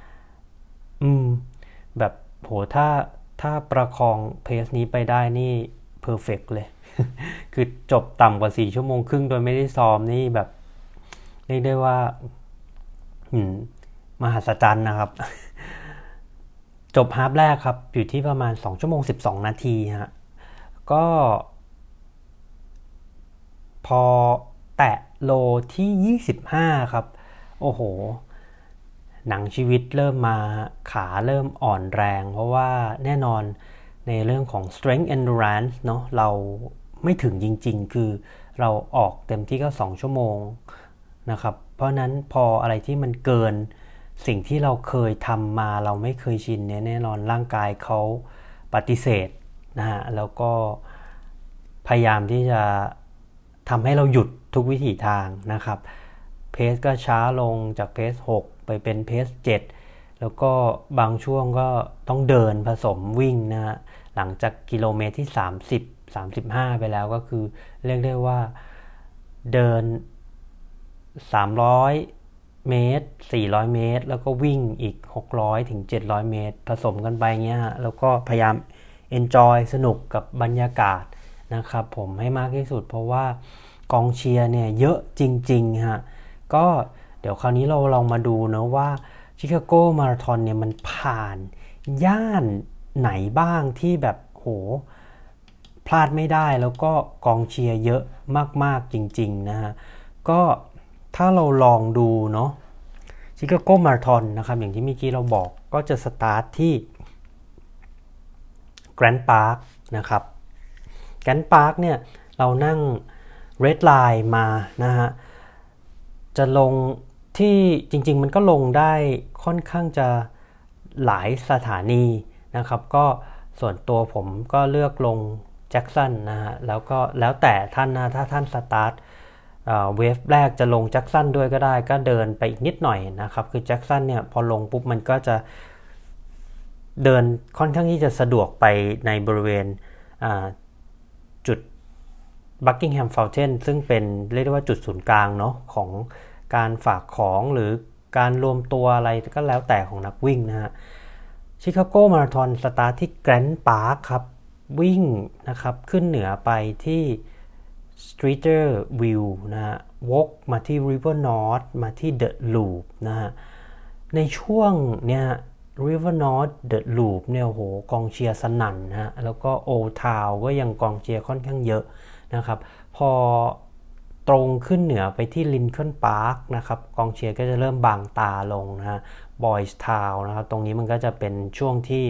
แบบโหถ้าประคองเพสนี้ไปได้นี่เพอร์เฟกต์เลย คือจบต่ำกว่า4ชั่วโมงครึ่งโดยไม่ได้ซ้อมนี่แบบเรียกได้ว่ามหัศจรรย์นะครับ จบฮาล์ฟแรกครับอยู่ที่ประมาณ2ชั่วโมง12นาทีฮะก็พอแตะโลที่25ครับโอ้โหหนังชีวิตเริ่มมาขาเริ่มอ่อนแรงเพราะว่าแน่นอนในเรื่องของ strength endurance เนาะเราไม่ถึงจริงๆคือเราออกเต็มที่ก็2ชั่วโมงนะครับเพราะนั้นพออะไรที่มันเกินสิ่งที่เราเคยทำมาเราไม่เคยชินเนี่ยแน่นอนร่างกายเขาปฏิเสธนะฮะแล้วก็พยายามที่จะทำให้เราหยุดทุกวิถีทางนะครับเพสก็ช้าลงจากเพส6ไปเป็นเพส7แล้วก็บางช่วงก็ต้องเดินผสมวิ่งนะฮะหลังจากกิโลเมตรที่30-35ไปแล้วก็คือเรียกได้ว่าเดิน300เมตร400เมตรแล้วก็วิ่งอีก600ถึง700เมตรผสมกันไปเงี้ยฮะแล้วก็พยายาม enjoy สนุกกับบรรยากาศนะครับผมให้มากที่สุดเพราะว่ากองเชียร์เนี่ยเยอะจริงๆฮะก็เดี๋ยวคราวนี้เราลองมาดูนะว่าชิคาโกมาราธอนเนี่ยมันผ่านย่านไหนบ้างที่แบบโหพลาดไม่ได้แล้วก็กองเชียร์เยอะมากๆจริงๆนะฮะก็ถ้าเราลองดูเนาะชิคาโกมาราธอนนะครับอย่างที่เมื่อกี้เราบอกก็จะสตาร์ทที่แกรนด์พาร์คนะครับแกรนด์พาร์คเนี่ยเรานั่งเรดไลน์มานะฮะจะลงที่จริงๆมันก็ลงได้ค่อนข้างจะหลายสถานีนะครับก็ส่วนตัวผมก็เลือกลงแจ็คสันนะฮะแล้วก็แล้วแต่ท่านนะถ้าท่านสตาร์ทเวฟแรกจะลงแจ็คสันด้วยก็ได้ก็เดินไปอีกนิดหน่อยนะครับคือแจ็คสันเนี่ยพอลงปุ๊บมันก็จะเดินค่อนข้างที่จะสะดวกไปในบริเวณจุดบักกิงแฮมฟาวเทนซึ่งเป็นเรียกได้ว่าจุดศูนย์กลางเนาะของการฝากของหรือการรวมตัวอะไรก็แล้วแต่ของนักวิ่งนะฮะชิคาโกมาราธอนสตาร์ทที่แกรนด์พาร์คครับวิ่งนะครับขึ้นเหนือไปที่ Streeter View นะฮะวกมาที่ River North มาที่ The Loop นะฮะในช่วงเนี้ย River North The Loop เนี่ยโหกองเชียร์สนั่นนะฮะแล้วก็ Old Town ก็ยังกองเชียร์ค่อนข้างเยอะนะครับพอตรงขึ้นเหนือไปที่ลินคอล์นพาร์คนะครับกองเชียร์ก็จะเริ่มบางตาลงนะฮะบอยส์ทาวน์นะครับตรงนี้มันก็จะเป็นช่วงที่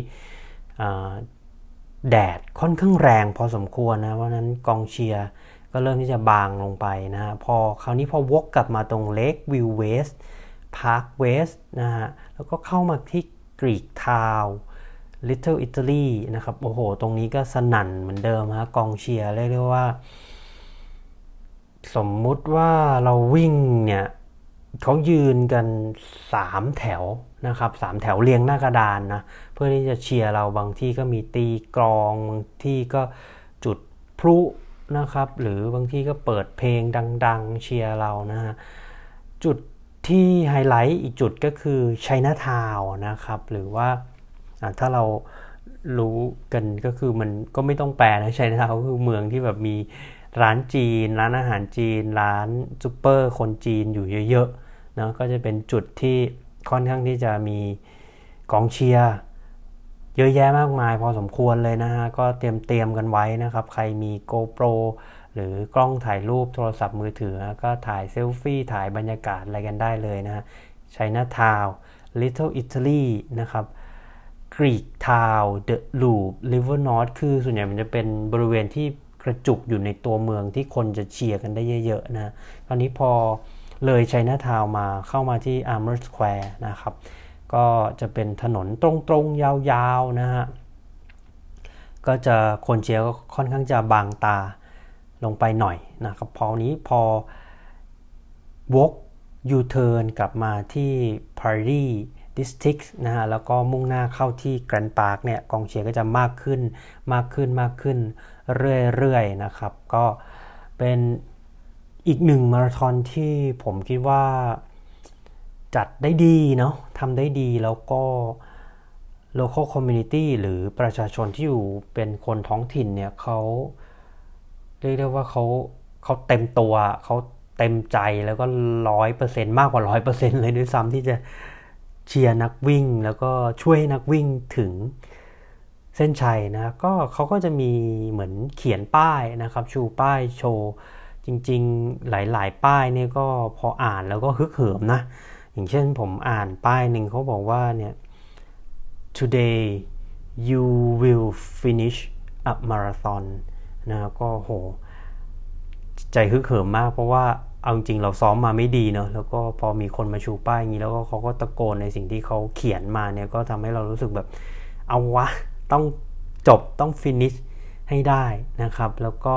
แดดค่อนข้างแรงพอสมควรนะเพราะนั้นกองเชียร์ก็เริ่มที่จะบางลงไปนะฮะคราวนี้พอวกกลับมาตรงเลควิวเวสต์พาร์คเวสต์นะฮะแล้วก็เข้ามาที่กรีกทาวน์ Little Italy นะครับโอ้โหตรงนี้ก็สนั่นเหมือนเดิมฮะกองเชียร์เรียกได้ว่าสมมุติว่าเราวิ่งเนี่ยเขายืนกัน3แถวนะครับ3แถวเรียงหน้ากระดานนะเพื่อที่จะเชียร์เราบางที่ก็มีตีกลองบางที่ก็จุดพลุนะครับหรือบางที่ก็เปิดเพลงดังๆเชียร์เรานะฮะจุดที่ไฮไลท์อีกจุดก็คือไชน่าทาวน์นะครับหรือว่าถ้าเรารู้กันก็คือมันก็ไม่ต้องแปลนะไชน่าทาวน์ก็คือเมืองที่แบบมีร้านจีนร้านอาหารจีนร้านซุปเปอร์คนจีนอยู่เยอะๆนะก็จะเป็นจุดที่ค่อนข้างที่จะมีกองเชียร์เยอะแยะมากมายพอสมควรเลยนะฮะก็เตรียมกันไว้นะครับใครมี GoPro หรือกล้องถ่ายรูปโทรศัพท์มือถือก็ถ่ายเซลฟี่ถ่ายบรรยากาศอะไรกันได้เลยนะฮะไชน่าทาวน์ Little Italy นะครับกรีกทาวน์ The Loop River North คือส่วนใหญ่มันจะเป็นบริเวณที่กระจุกอยู่ในตัวเมืองที่คนจะเชียร์กันได้เยอะๆนะตอนนี้พอเลยไชน่าทาวน์มาเข้ามาที่ Armour Square นะครับก็จะเป็นถนนตรงๆยาวๆนะฮะก็จะคนเชียร์ก็ค่อนข้างจะบางตาลงไปหน่อยนะครับพอวกยูเทิร์นกลับมาที่ Paris District นะฮะแล้วก็มุ่งหน้าเข้าที่ Grand Park เนี่ยกองเชียร์ก็จะมากขึ้นเรื่อยๆนะครับก็เป็นอีกหนึ่งมาราธอนที่ผมคิดว่าจัดได้ดีเนาะทำได้ดีแล้วก็ local community หรือประชาชนที่อยู่เป็นคนท้องถิ่นเนี่ยเขาเรียกได้ว่าเขาเต็มตัวเขาเต็มใจแล้วก็ 100% มากกว่า 100% เลยด้วยซ้ำที่จะเชียร์นักวิ่งแล้วก็ช่วยนักวิ่งถึงเส้นชัยนะก็เขาก็จะมีเหมือนเขียนป้ายนะครับชูป้ายโชว์จริงๆหลายๆป้ายเนี่ยก็พออ่านแล้วก็ฮึกเหิมนะอย่างเช่นผมอ่านป้ายหนึ่งเขาบอกว่าเนี่ย today you will finish a marathon นะก็โหใจฮึกเหิมมากเพราะว่าเอาจริงเราซ้อมมาไม่ดีเนาะแล้วก็พอมีคนมาชูป้ายอย่างนี้แล้วก็เขาก็ตะโกนในสิ่งที่เขาเขียนมาเนี่ยก็ทำให้เรารู้สึกแบบเอาวะต้องจบต้องฟินิชให้ได้นะครับแล้วก็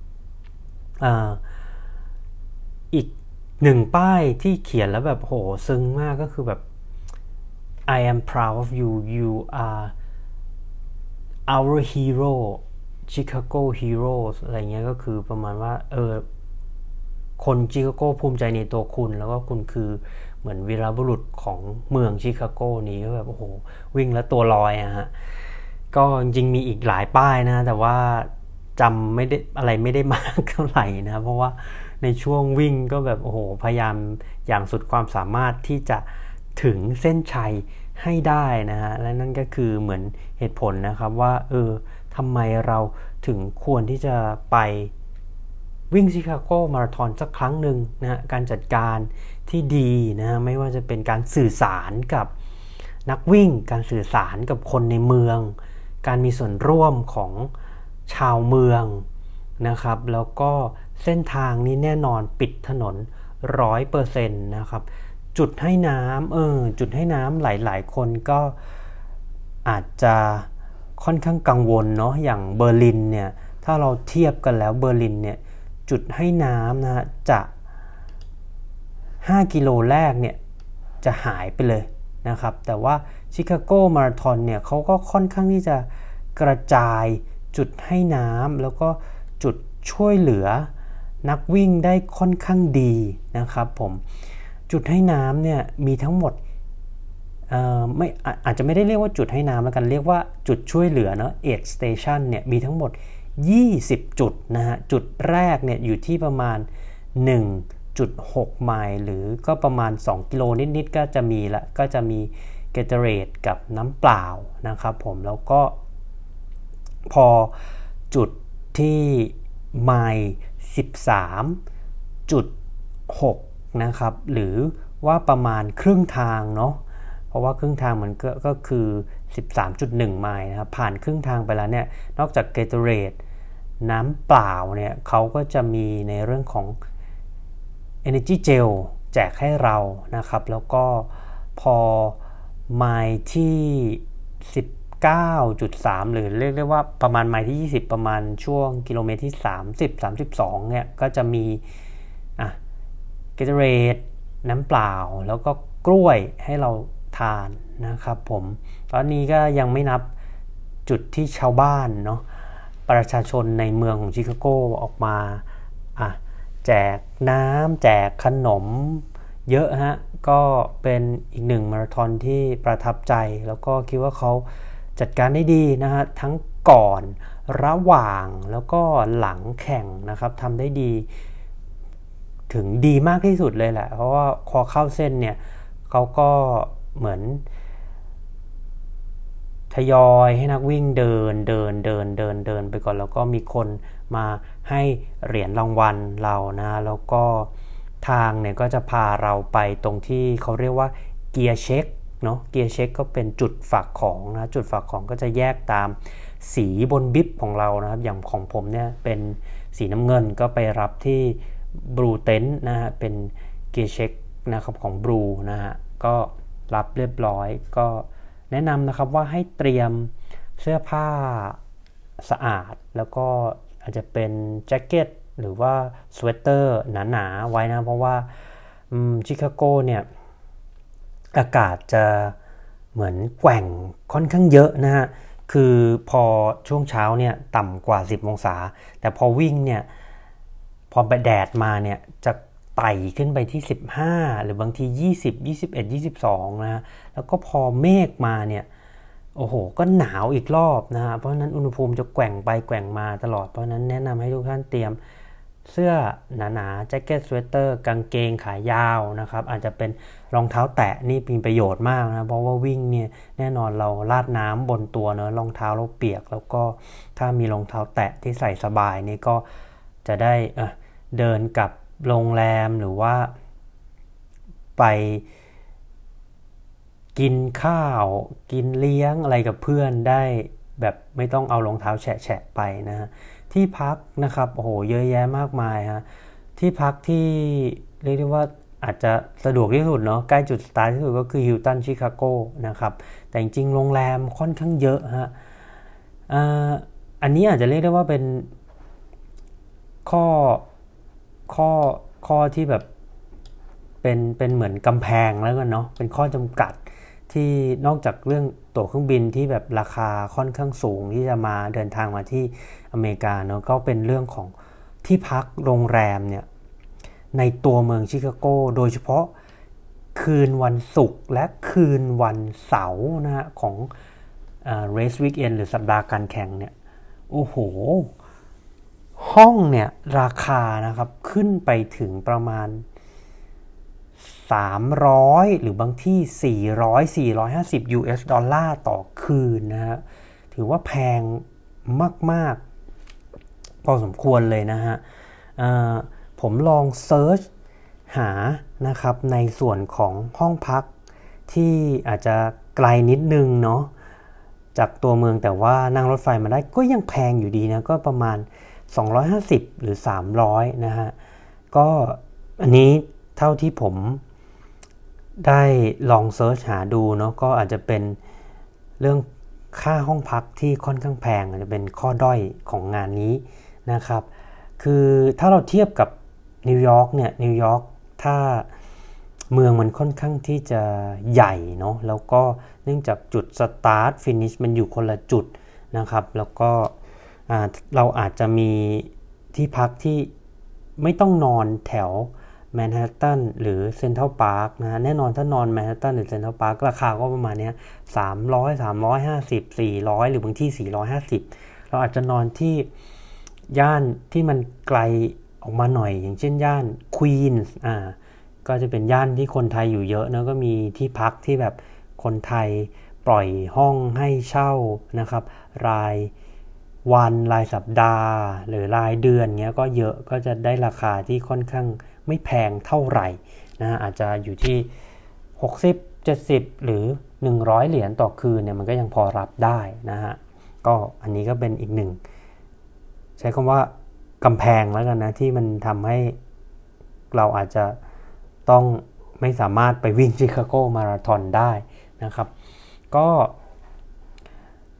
อีกหนึ่งป้ายที่เขียนแล้วแบบโหซึ้งมากก็คือแบบ I am proud of you you are our hero Chicago Heroes อะไรเงี้ยก็คือประมาณว่าคนชิคาโกภูมิใจในตัวคุณแล้วก็คุณคือเหมือนวีรบุรุษของเมืองชิคาโกนี้ก็แบบโอ้โหวิ่งแล้วตัวลอยฮะก็จริงๆมีอีกหลายป้ายนะแต่ว่าจำไม่ได้อะไรไม่ได้มากเท่าไหร่นะเพราะว่าในช่วงวิ่งก็แบบโอ้โหพยายามอย่างสุดความสามารถที่จะถึงเส้นชัยให้ได้นะฮะและนั่นก็คือเหมือนเหตุผลนะครับว่าทำไมเราถึงควรที่จะไปวิ่งชิคาโกมาราธอนสักครั้งหนึ่งนะฮะการจัดการที่ดีนะไม่ว่าจะเป็นการสื่อสารกับนักวิ่งการสื่อสารกับคนในเมืองการมีส่วนร่วมของชาวเมืองนะครับแล้วก็เส้นทางนี้แน่นอนปิดถนน 100% นะครับจุดให้น้ำจุดให้น้ำหลายๆคนก็อาจจะค่อนข้างกังวลเนาะอย่างเบอร์ลินเนี่ยถ้าเราเทียบกันแล้วเบอร์ลินเนี่ยจุดให้น้ำนะจะ5กิโลแรกเนี่ยจะหายไปเลยนะครับแต่ว่าชิคาโกมาราธอนเนี่ยเขาก็ค่อนข้างที่จะกระจายจุดให้น้ำแล้วก็จุดช่วยเหลือนักวิ่งได้ค่อนข้างดีนะครับผมจุดให้น้ำเนี่ยมีทั้งหมดไม่อาจจะไม่ได้เรียกว่าจุดให้น้ำแล้วกันเรียกว่าจุดช่วยเหลือเนาะ Aid Station เนี่ยมีทั้งหมด20จุดนะฮะจุดแรกเนี่ยอยู่ที่ประมาณ 1.6 ไมล์หรือก็ประมาณ2กิโลนิดๆก็จะมีละก็จะมี Gatorade กับน้ำเปล่านะครับผมแล้วก็พอจุดที่ไมล์13.6 นะครับหรือว่าประมาณครึ่งทางเนาะเพราะว่าครึ่งทางมันก็คือ 13.1 ไมล์นะครับผ่านครึ่งทางไปแล้วเนี่ยนอกจาก Gatorade น้ำเปล่าเนี่ยเขาก็จะมีในเรื่องของ Energy Gel แจกให้เรานะครับแล้วก็พอไมล์ที่ 19.3 หรือเรียกได้ว่าประมาณไมล์ที่20ประมาณช่วงกิโลเมตรที่30-32เนี่ยก็จะมีเกเทอเรดน้ำเปล่าแล้วก็กล้วยให้เราทานนะครับผมตอนนี้ก็ยังไม่นับจุดที่ชาวบ้านเนาะประชาชนในเมืองของชิคาโกออกมาแจกน้ำแจกขนมเยอะฮะก็เป็นอีกหนึ่งมาราธอนที่ประทับใจแล้วก็คิดว่าเขาจัดการได้ดีนะฮะทั้งก่อนระหว่างแล้วก็หลังแข่งนะครับทำได้ดีถึงดีมากที่สุดเลยแหละเพราะว่าพอเข้าเส้นเนี่ยเขาก็เหมือนทยอยให้นักวิ่งเดินไปก่อนแล้วก็มีคนมาให้เหรียญรางวัลเรานะแล้วก็ทางเนี่ยก็จะพาเราไปตรงที่เขาเรียกว่าเกียร์เช็คเนาะเกียร์เช็คก็เป็นจุดฝากของนะจุดฝากของก็จะแยกตามสีบนบิ๊บของเรานะครับอย่างของผมเนี่ยเป็นสีน้ำเงินก็ไปรับที่บลูเต็นท์นะฮะเป็นเกียร์เช็คนะครับของบลูนะฮะก็รับเรียบร้อยก็แนะนำนะครับว่าให้เตรียมเสื้อผ้าสะอาดแล้วก็อาจจะเป็นแจ็คเก็ตหรือว่าสเวตเตอร์หนาๆไว้นะเพราะว่าชิคาโกเนี่ยอากาศจะเหมือนแกว่งค่อนข้างเยอะนะฮะคือพอช่วงเช้าเนี่ยต่ำกว่า10องศาแต่พอวิ่งเนี่ยพอแดดมาเนี่ยจะไต่ขึ้นไปที่15หรือบางที20 21 22นะฮะแล้วก็พอเมฆมาเนี่ยโอ้โหก็หนาวอีกรอบนะฮะเพราะฉะนั้นอุณหภูมิจะแกว่งไปแกว่งมาตลอดเพราะฉะนั้นแนะนำให้ทุกท่านเตรียมเสื้อหนาๆแจ็คเก็ตสเวตเตอร์กางเกงขายาวนะครับอาจจะเป็นรองเท้าแตะนี่มีประโยชน์มากนะเพราะว่าวิ่งเนี่ยแน่นอนเราลาดน้ำบนตัวเนอะรองเท้าเราเปียกแล้วก็ถ้ามีรองเท้าแตะที่ใส่สบายนี่ก็จะได้เดินกับโรงแรมหรือว่าไปกินข้าวกินเลี้ยงอะไรกับเพื่อนได้แบบไม่ต้องเอารองเท้าแฉะไปนะฮะที่พักนะครับโอ้โหเยอะแยะมากมายฮะที่พักที่เรียกได้ว่าอาจจะสะดวกที่สุดเนาะใกล้จุดสตาร์ทที่สุดก็คือฮิลตันชิคาโกนะครับแต่จริงๆโรงแรมค่อนข้างเยอะฮะอันนี้อาจจะเรียกได้ว่าเป็นข้อที่แบบเป็นเหมือนกำแพงแล้วกันเนาะเป็นข้อจำกัดที่นอกจากเรื่องตั๋วเครื่องบินที่แบบราคาค่อนข้างสูงที่จะมาเดินทางมาที่อเมริกาเนาะก็เป็นเรื่องของที่พักโรงแรมเนี่ยในตัวเมืองชิคาโกโดยเฉพาะคืนวันศุกร์และคืนวันเสาร์นะฮะของrace weekend หรือสัปดาห์การแข่งเนี่ยโอ้โหห้องเนี่ยราคานะครับขึ้นไปถึงประมาณ300หรือบางที่400-450 US ดอลลาร์ต่อคืนนะฮะถือว่าแพงมากๆพอสมควรเลยนะฮะผมลองเซิร์ชหานะครับในส่วนของห้องพักที่อาจจะไกลนิดนึงเนาะจากตัวเมืองแต่ว่านั่งรถไฟมาได้ก็ยังแพงอยู่ดีนะก็ประมาณ250หรือ300นะฮะก็อันนี้เท่าที่ผมได้ลองเซิร์ชหาดูเนาะก็อาจจะเป็นเรื่องค่าห้องพักที่ค่อนข้างแพงอาจจะเป็นข้อด้อยของงานนี้นะครับคือถ้าเราเทียบกับนิวยอร์กเนี่ยนิวยอร์กถ้าเมืองมันค่อนข้างที่จะใหญ่เนาะแล้วก็เนื่องจากจุดสตาร์ทฟินิชมันอยู่คนละจุดนะครับแล้วก็เราอาจจะมีที่พักที่ไม่ต้องนอนแถวแมนฮัตตันหรือเซ็นทรัลพาร์คนะแน่นอนถ้านอนแมนฮัตตันหรือเซ็นทรัลพาร์คราคาก็ประมาณนี้300 350 400หรือบางที่450เราอาจจะนอนที่ย่านที่มันไกลออกมาหน่อยอย่างเช่นย่านควีนส์ก็จะเป็นย่านที่คนไทยอยู่เยอะนะก็มีที่พักที่แบบคนไทยปล่อยห้องให้เช่านะครับรายวันรายสัปดาห์หรือรายเดือนเงี้ยก็เยอะก็จะได้ราคาที่ค่อนข้างไม่แพงเท่าไหร่นะอาจจะอยู่ที่60 70หรือ100เหรียญต่อคืนเนี่ยมันก็ยังพอรับได้นะฮะก็อันนี้ก็เป็นอีกหนึ่งใช้คำว่ากำแพงแล้วกันนะที่มันทำให้เราอาจจะต้องไม่สามารถไปวิ่งชิคาโกมาราธอนได้นะครับก็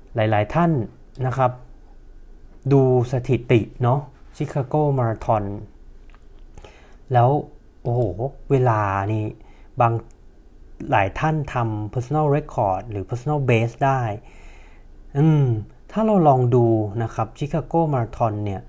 หลายๆท่านนะครับดูสถิติเนาะชิคาโกมาราธอนแล้วโอ้โหเวลานี่บางหลายท่านทำ personal record หรือ personal best ได้ถ้าเราลองดูนะครับชิคาโกมาราธอนเนี่ย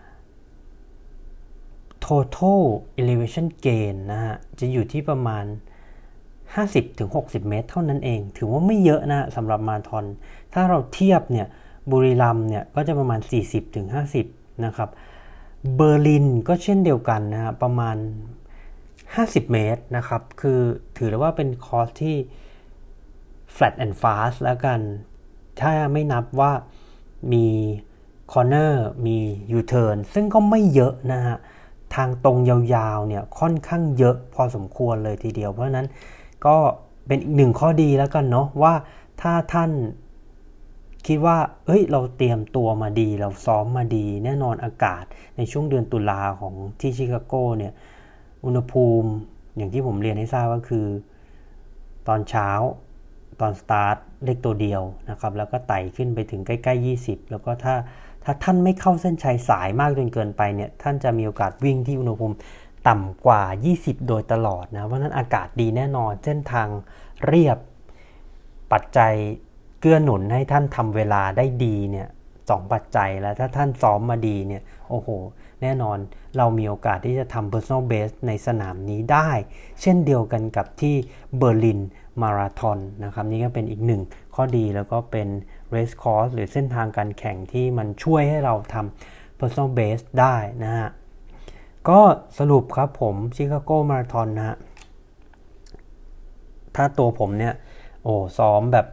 total elevation gain นะฮะจะอยู่ที่ประมาณ 50-60 เมตรเท่านั้นเองถือว่าไม่เยอะนะสำหรับมาราธอนถ้าเราเทียบเนี่ยบุรีรัมย์เนี่ยก็จะประมาณ 40-50 นะครับเบอร์ลินก็เช่นเดียวกันนะฮะประมาณ 50 เมตรนะครับคือถือได้ว่าเป็นคอร์สที่ flat and fast แล้วกันถ้าไม่นับว่ามีคอร์เนอร์มี U-turn ซึ่งก็ไม่เยอะนะฮะทางตรงยาวๆเนี่ยค่อนข้างเยอะพอสมควรเลยทีเดียวเพราะนั้นก็เป็นอีกหนึ่งข้อดีแล้วกันเนาะว่าถ้าท่านคิดว่าเราเตรียมตัวมาดีเราซ้อมมาดีแน่นอนอากาศในช่วงเดือนตุลาของที่ชิคาโกเนี่ยอุณหภูมิอย่างที่ผมเรียนให้ทราบก็คือตอนเช้าตอนสตาร์ทเลขตัวเดียวนะครับแล้วก็ไต่ขึ้นไปถึงใกล้ๆ20แล้วก็ถ้าท่านไม่เข้าเส้นชัยสายมากจนเกินไปเนี่ยท่านจะมีโอกาสวิ่งที่อุณหภูมิต่ำกว่า20โดยตลอดนะเพราะนั้นอากาศดีแน่นอนเส้นทางเรียบปัจจัยเกื้อหนุนให้ท่านทำเวลาได้ดีเนี่ย2ปัจจัยแล้วถ้าท่านซ้อมมาดีเนี่ยโอ้โหแน่นอนเรามีโอกาสที่จะทำ personal best ในสนามนี้ได้เช่นเดียวกันกับที่เบอร์ลินมาราธอนนะครับนี่ก็เป็นอีกหนึ่งข้อดีแล้วก็เป็น race course หรือเส้นทางการแข่งที่มันช่วยให้เราทำ personal best ได้นะฮะก็สรุปครับผมชิคาโกมาราธอนนะฮะถ้าตัวผมเนี่ยซ้อมแบบ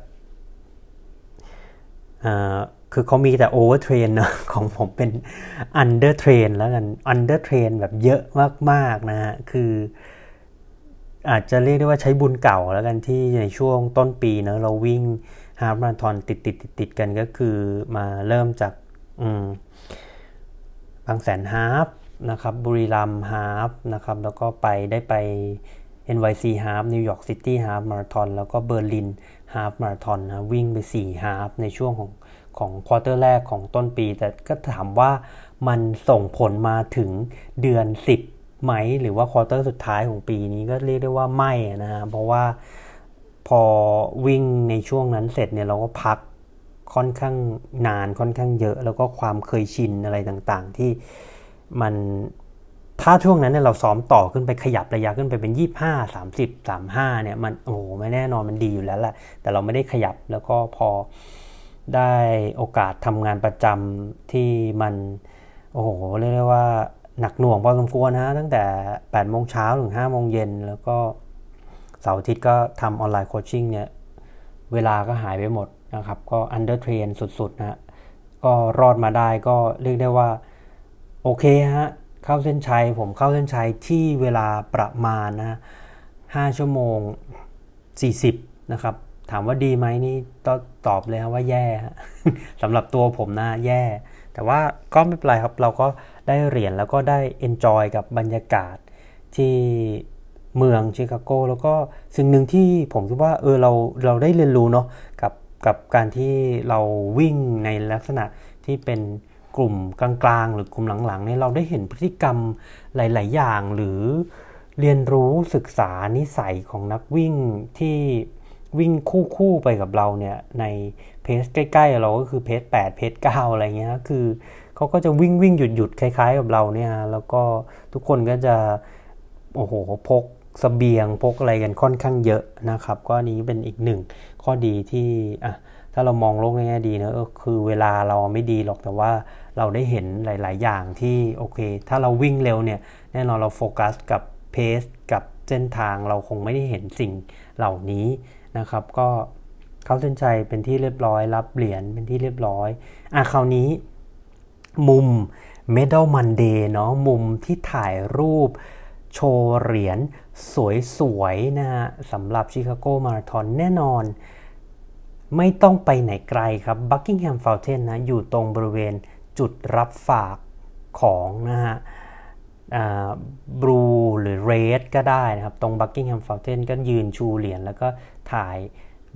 คือเขามีแต่ overtrain นะของผมเป็น undertrain แล้วกัน undertrain แบบเยอะมากๆนะฮะคืออาจจะเรียกได้ว่าใช้บุญเก่าแล้วกันที่ในช่วงต้นปีเนะเราวิ่งฮาล์ฟมาราธอนติดกันก็คือมาเริ่มจากบางแสนฮาล์ฟนะครับบุรีรัมย์ฮาล์ฟนะครับแล้วก็ได้ไป NYC ฮาล์ฟนิวยอร์กซิตี้ฮาล์ฟมาราธอนแล้วก็เบอร์ลินฮาล์ฟมาราธอนนะวิ่งไป4ฮาล์ฟในช่วงของควอเตอร์แรกของต้นปีแต่ก็ถามว่ามันส่งผลมาถึงเดือน10ไหมหรือว่าควอเตอร์สุดท้ายของปีนี้ก็เรียกได้ว่าไม่นะฮะเพราะว่าพอวิ่งในช่วงนั้นเสร็จเนี่ยเราก็พักค่อนข้างนานค่อนข้างเยอะแล้วก็ความเคยชินอะไรต่างๆที่มันถ้าช่วงนั้นเนี่ยเราซ้อมต่อขึ้นไปขยับระยะขึ้นไปเป็น25 30 35เนี่ยมันไม่แน่นอนมันดีอยู่แล้วแหละแต่เราไม่ได้ขยับแล้วก็พอได้โอกาสทำงานประจำที่มันเรียกได้ว่าหนักหน่วงพอสมควรนะตั้งแต่8 โมงเช้าถึง5 โมงเย็นแล้วก็เสาร์อาทิตย์ก็ทำออนไลน์โคชชิ่งเนี่ยเวลาก็หายไปหมดนะครับก็อันเดอร์เทรนสุดๆนะก็รอดมาได้ก็เรียกได้ว่าโอเคฮะเข้าเส้นชัยผมเข้าเส้นชัยที่เวลาประมาณนะ5 ชั่วโมง 40นะครับถามว่าดีไหมนี่ตอบเลยว่าแย่ สำหรับตัวผมนะแย่แต่ว่าก็ไม่เป็นไรครับเราก็ได้เหรียญแล้วก็ได้เอนจอยกับบรรยากาศที่เมืองชิคาโกแล้วก็สิ่งหนึ่งที่ผมคิดว่าเราได้เรียนรู้เนาะกับการที่เราวิ่งในลักษณะที่เป็นกลุ่มกลางๆหรือกลุ่มหลังๆเนี่ยเราได้เห็นพฤติกรรมหลายๆอย่างหรือเรียนรู้ศึกษานิสัยของนักวิ่งที่วิ่งคู่ไปกับเราเนี่ยในเพจใกล้ๆเราก็คือเพจ8เพจ9อะไรเงี้ยคือเขาก็จะวิ่งหยุดคล้ายๆกับเราเนี่ยแล้วก็ทุกคนก็จะพกเสบียงพกอะไรกันค่อนข้างเยอะนะครับก็นี้เป็นอีกหนึ่งข้อดีที่ถ้าเรามองโลกในแง่ดีนะคือเวลาเราไม่ดีหรอกแต่ว่าเราได้เห็นหลายๆอย่างที่โอเคถ้าเราวิ่งเร็วเนี่ยแน่นอนเราโฟกัสกับเพจกับเส้นทางเราคงไม่ได้เห็นสิ่งเหล่านี้นะครับก็เข้าเส้นชัยเป็นที่เรียบร้อยรับเหรียญเป็นที่เรียบร้อยคราวนี้มุม Medal Monday เนาะมุมที่ถ่ายรูปโชว์เหรียญสวยๆนะฮะสำหรับชิคาโกมาราธอนแน่นอนไม่ต้องไปไหนไกลครับ Buckingham Fountain นะอยู่ตรงบริเวณจุดรับฝากของนะฮะบลูหรือเรดก็ได้นะครับตรง Buckingham Fountain ก็ยืนชูเหรียญแล้วก็ถ่ายแบบ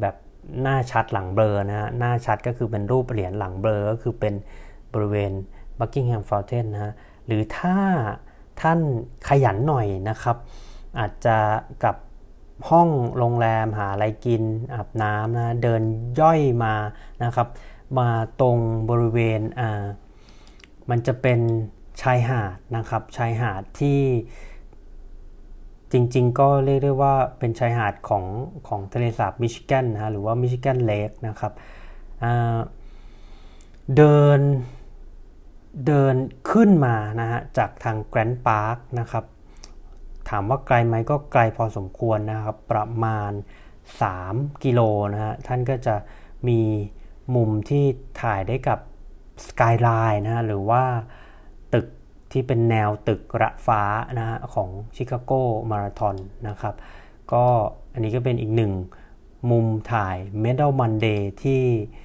หน้าชัดหลังเบลอนะฮะหน้าชัดก็คือเป็นรูปเหรียญหลังเบลอก็คือเป็นบริเวณ Buckingham Fountain นะฮะหรือถ้าท่านขยันหน่อยนะครับอาจจะกับห้องโรงแรมหาอะไรกินอาบน้ำนะเดินย่อยมานะครับมาตรงบริเวณมันจะเป็นชายหาดนะครับชายหาดที่จริงๆก็เรียกได้ว่าเป็นชายหาดของทะเลสาบมิชิแกนนะหรือว่ามิชิแกนเลคนะครับเดินขึ้นมานะฮะจากทางแกรนด์พาร์คนะครับถามว่าไกลไหมก็ไกลพอสมควรนะครับประมาณ3 กิโลนะฮะท่านก็จะมีมุมที่ถ่ายได้กับสกายไลน์นะฮะหรือว่าตึกที่เป็นแนวตึกระฟ้านะฮะของชิคาโกมาราธอนนะครับก็อันนี้ก็เป็นอีกหนึ่งมุมถ่าย Medal Monday ที่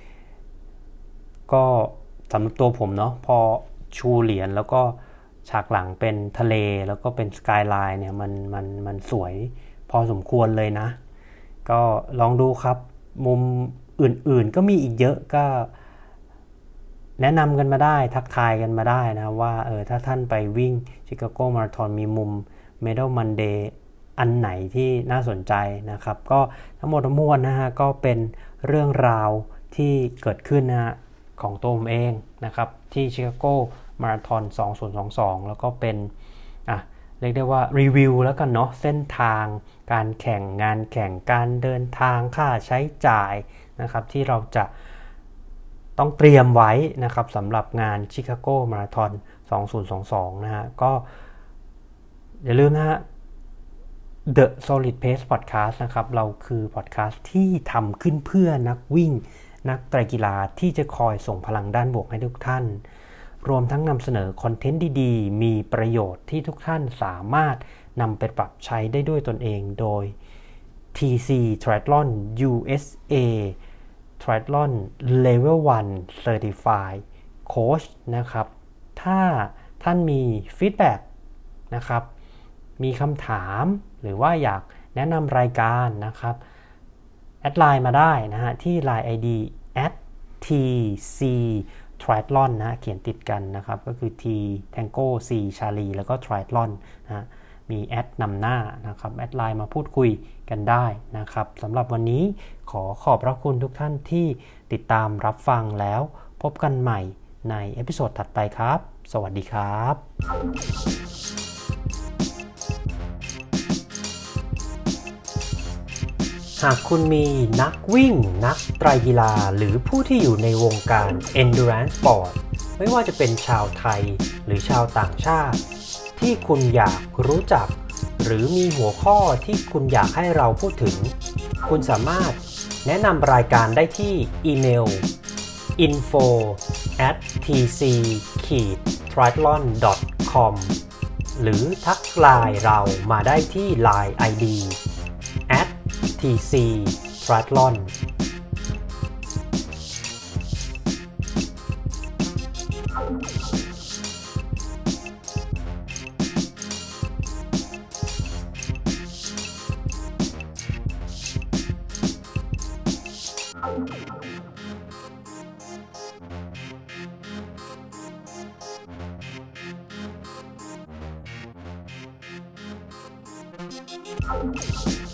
ก็สำหรับตัวผมเนาะพอชูเหรียญแล้วก็ฉากหลังเป็นทะเลแล้วก็เป็นสกายไลน์เนี่ยมันสวยพอสมควรเลยนะก็ลองดูครับมุมอื่นๆก็มีอีกเยอะก็แนะนำกันมาได้ทักทายกันมาได้นะว่าถ้าท่านไปวิ่งชิคาโกมาราธอนมีมุม Medal Monday อันไหนที่น่าสนใจนะครับก็ทั้งหมดทั้งมวลนะฮะก็เป็นเรื่องราวที่เกิดขึ้นนะฮะของตัวผมเองนะครับที่ชิคาโกมาราธอน2022แล้วก็เป็นเรียกได้ว่ารีวิวแล้วกันเนาะเส้นทางการแข่งงานแข่งการเดินทางค่าใช้จ่ายนะครับที่เราจะต้องเตรียมไว้นะครับสำหรับงานชิคาโกมาราธอน2022นะฮะก็อย่าลืมนะฮะ The Solid Pace Podcast นะครับเราคือพอดแคสต์ที่ทำขึ้นเพื่อนักวิ่งนักไตรกีฬาที่จะคอยส่งพลังด้านบวกให้ทุกท่านรวมทั้งนำเสนอคอนเทนต์ดีๆมีประโยชน์ที่ทุกท่านสามารถนำไปปรับใช้ได้ด้วยตนเองโดย TC Triathlon USA Triathlon Level 1 Certified Coach นะครับถ้าท่านมีฟีดแบ็กนะครับมีคำถามหรือว่าอยากแนะนำรายการนะครับแอดไลน์มาได้นะฮะที่ Line ID @TC Triathlon นะเขียนติดกันนะครับก็คือ T Tango C Charlie แล้วก็ Triathlon นะมีแอดนำหน้านะครับแอดไลน์มาพูดคุยกันได้นะครับสำหรับวันนี้ขอขอบพระคุณทุกท่านที่ติดตามรับฟังแล้วพบกันใหม่ในเอพิโซดถัดไปครับสวัสดีครับหากคุณมีนักวิ่งนักไตรกีฬาหรือผู้ที่อยู่ในวงการ Endurance Sport ไม่ว่าจะเป็นชาวไทยหรือชาวต่างชาติที่คุณอยากรู้จักหรือมีหัวข้อที่คุณอยากให้เราพูดถึงคุณสามารถแนะนำรายการได้ที่อีเมล info@tc-triathlon.com หรือทักไลน์เรามาได้ที่ Line ID @TC Triathlon you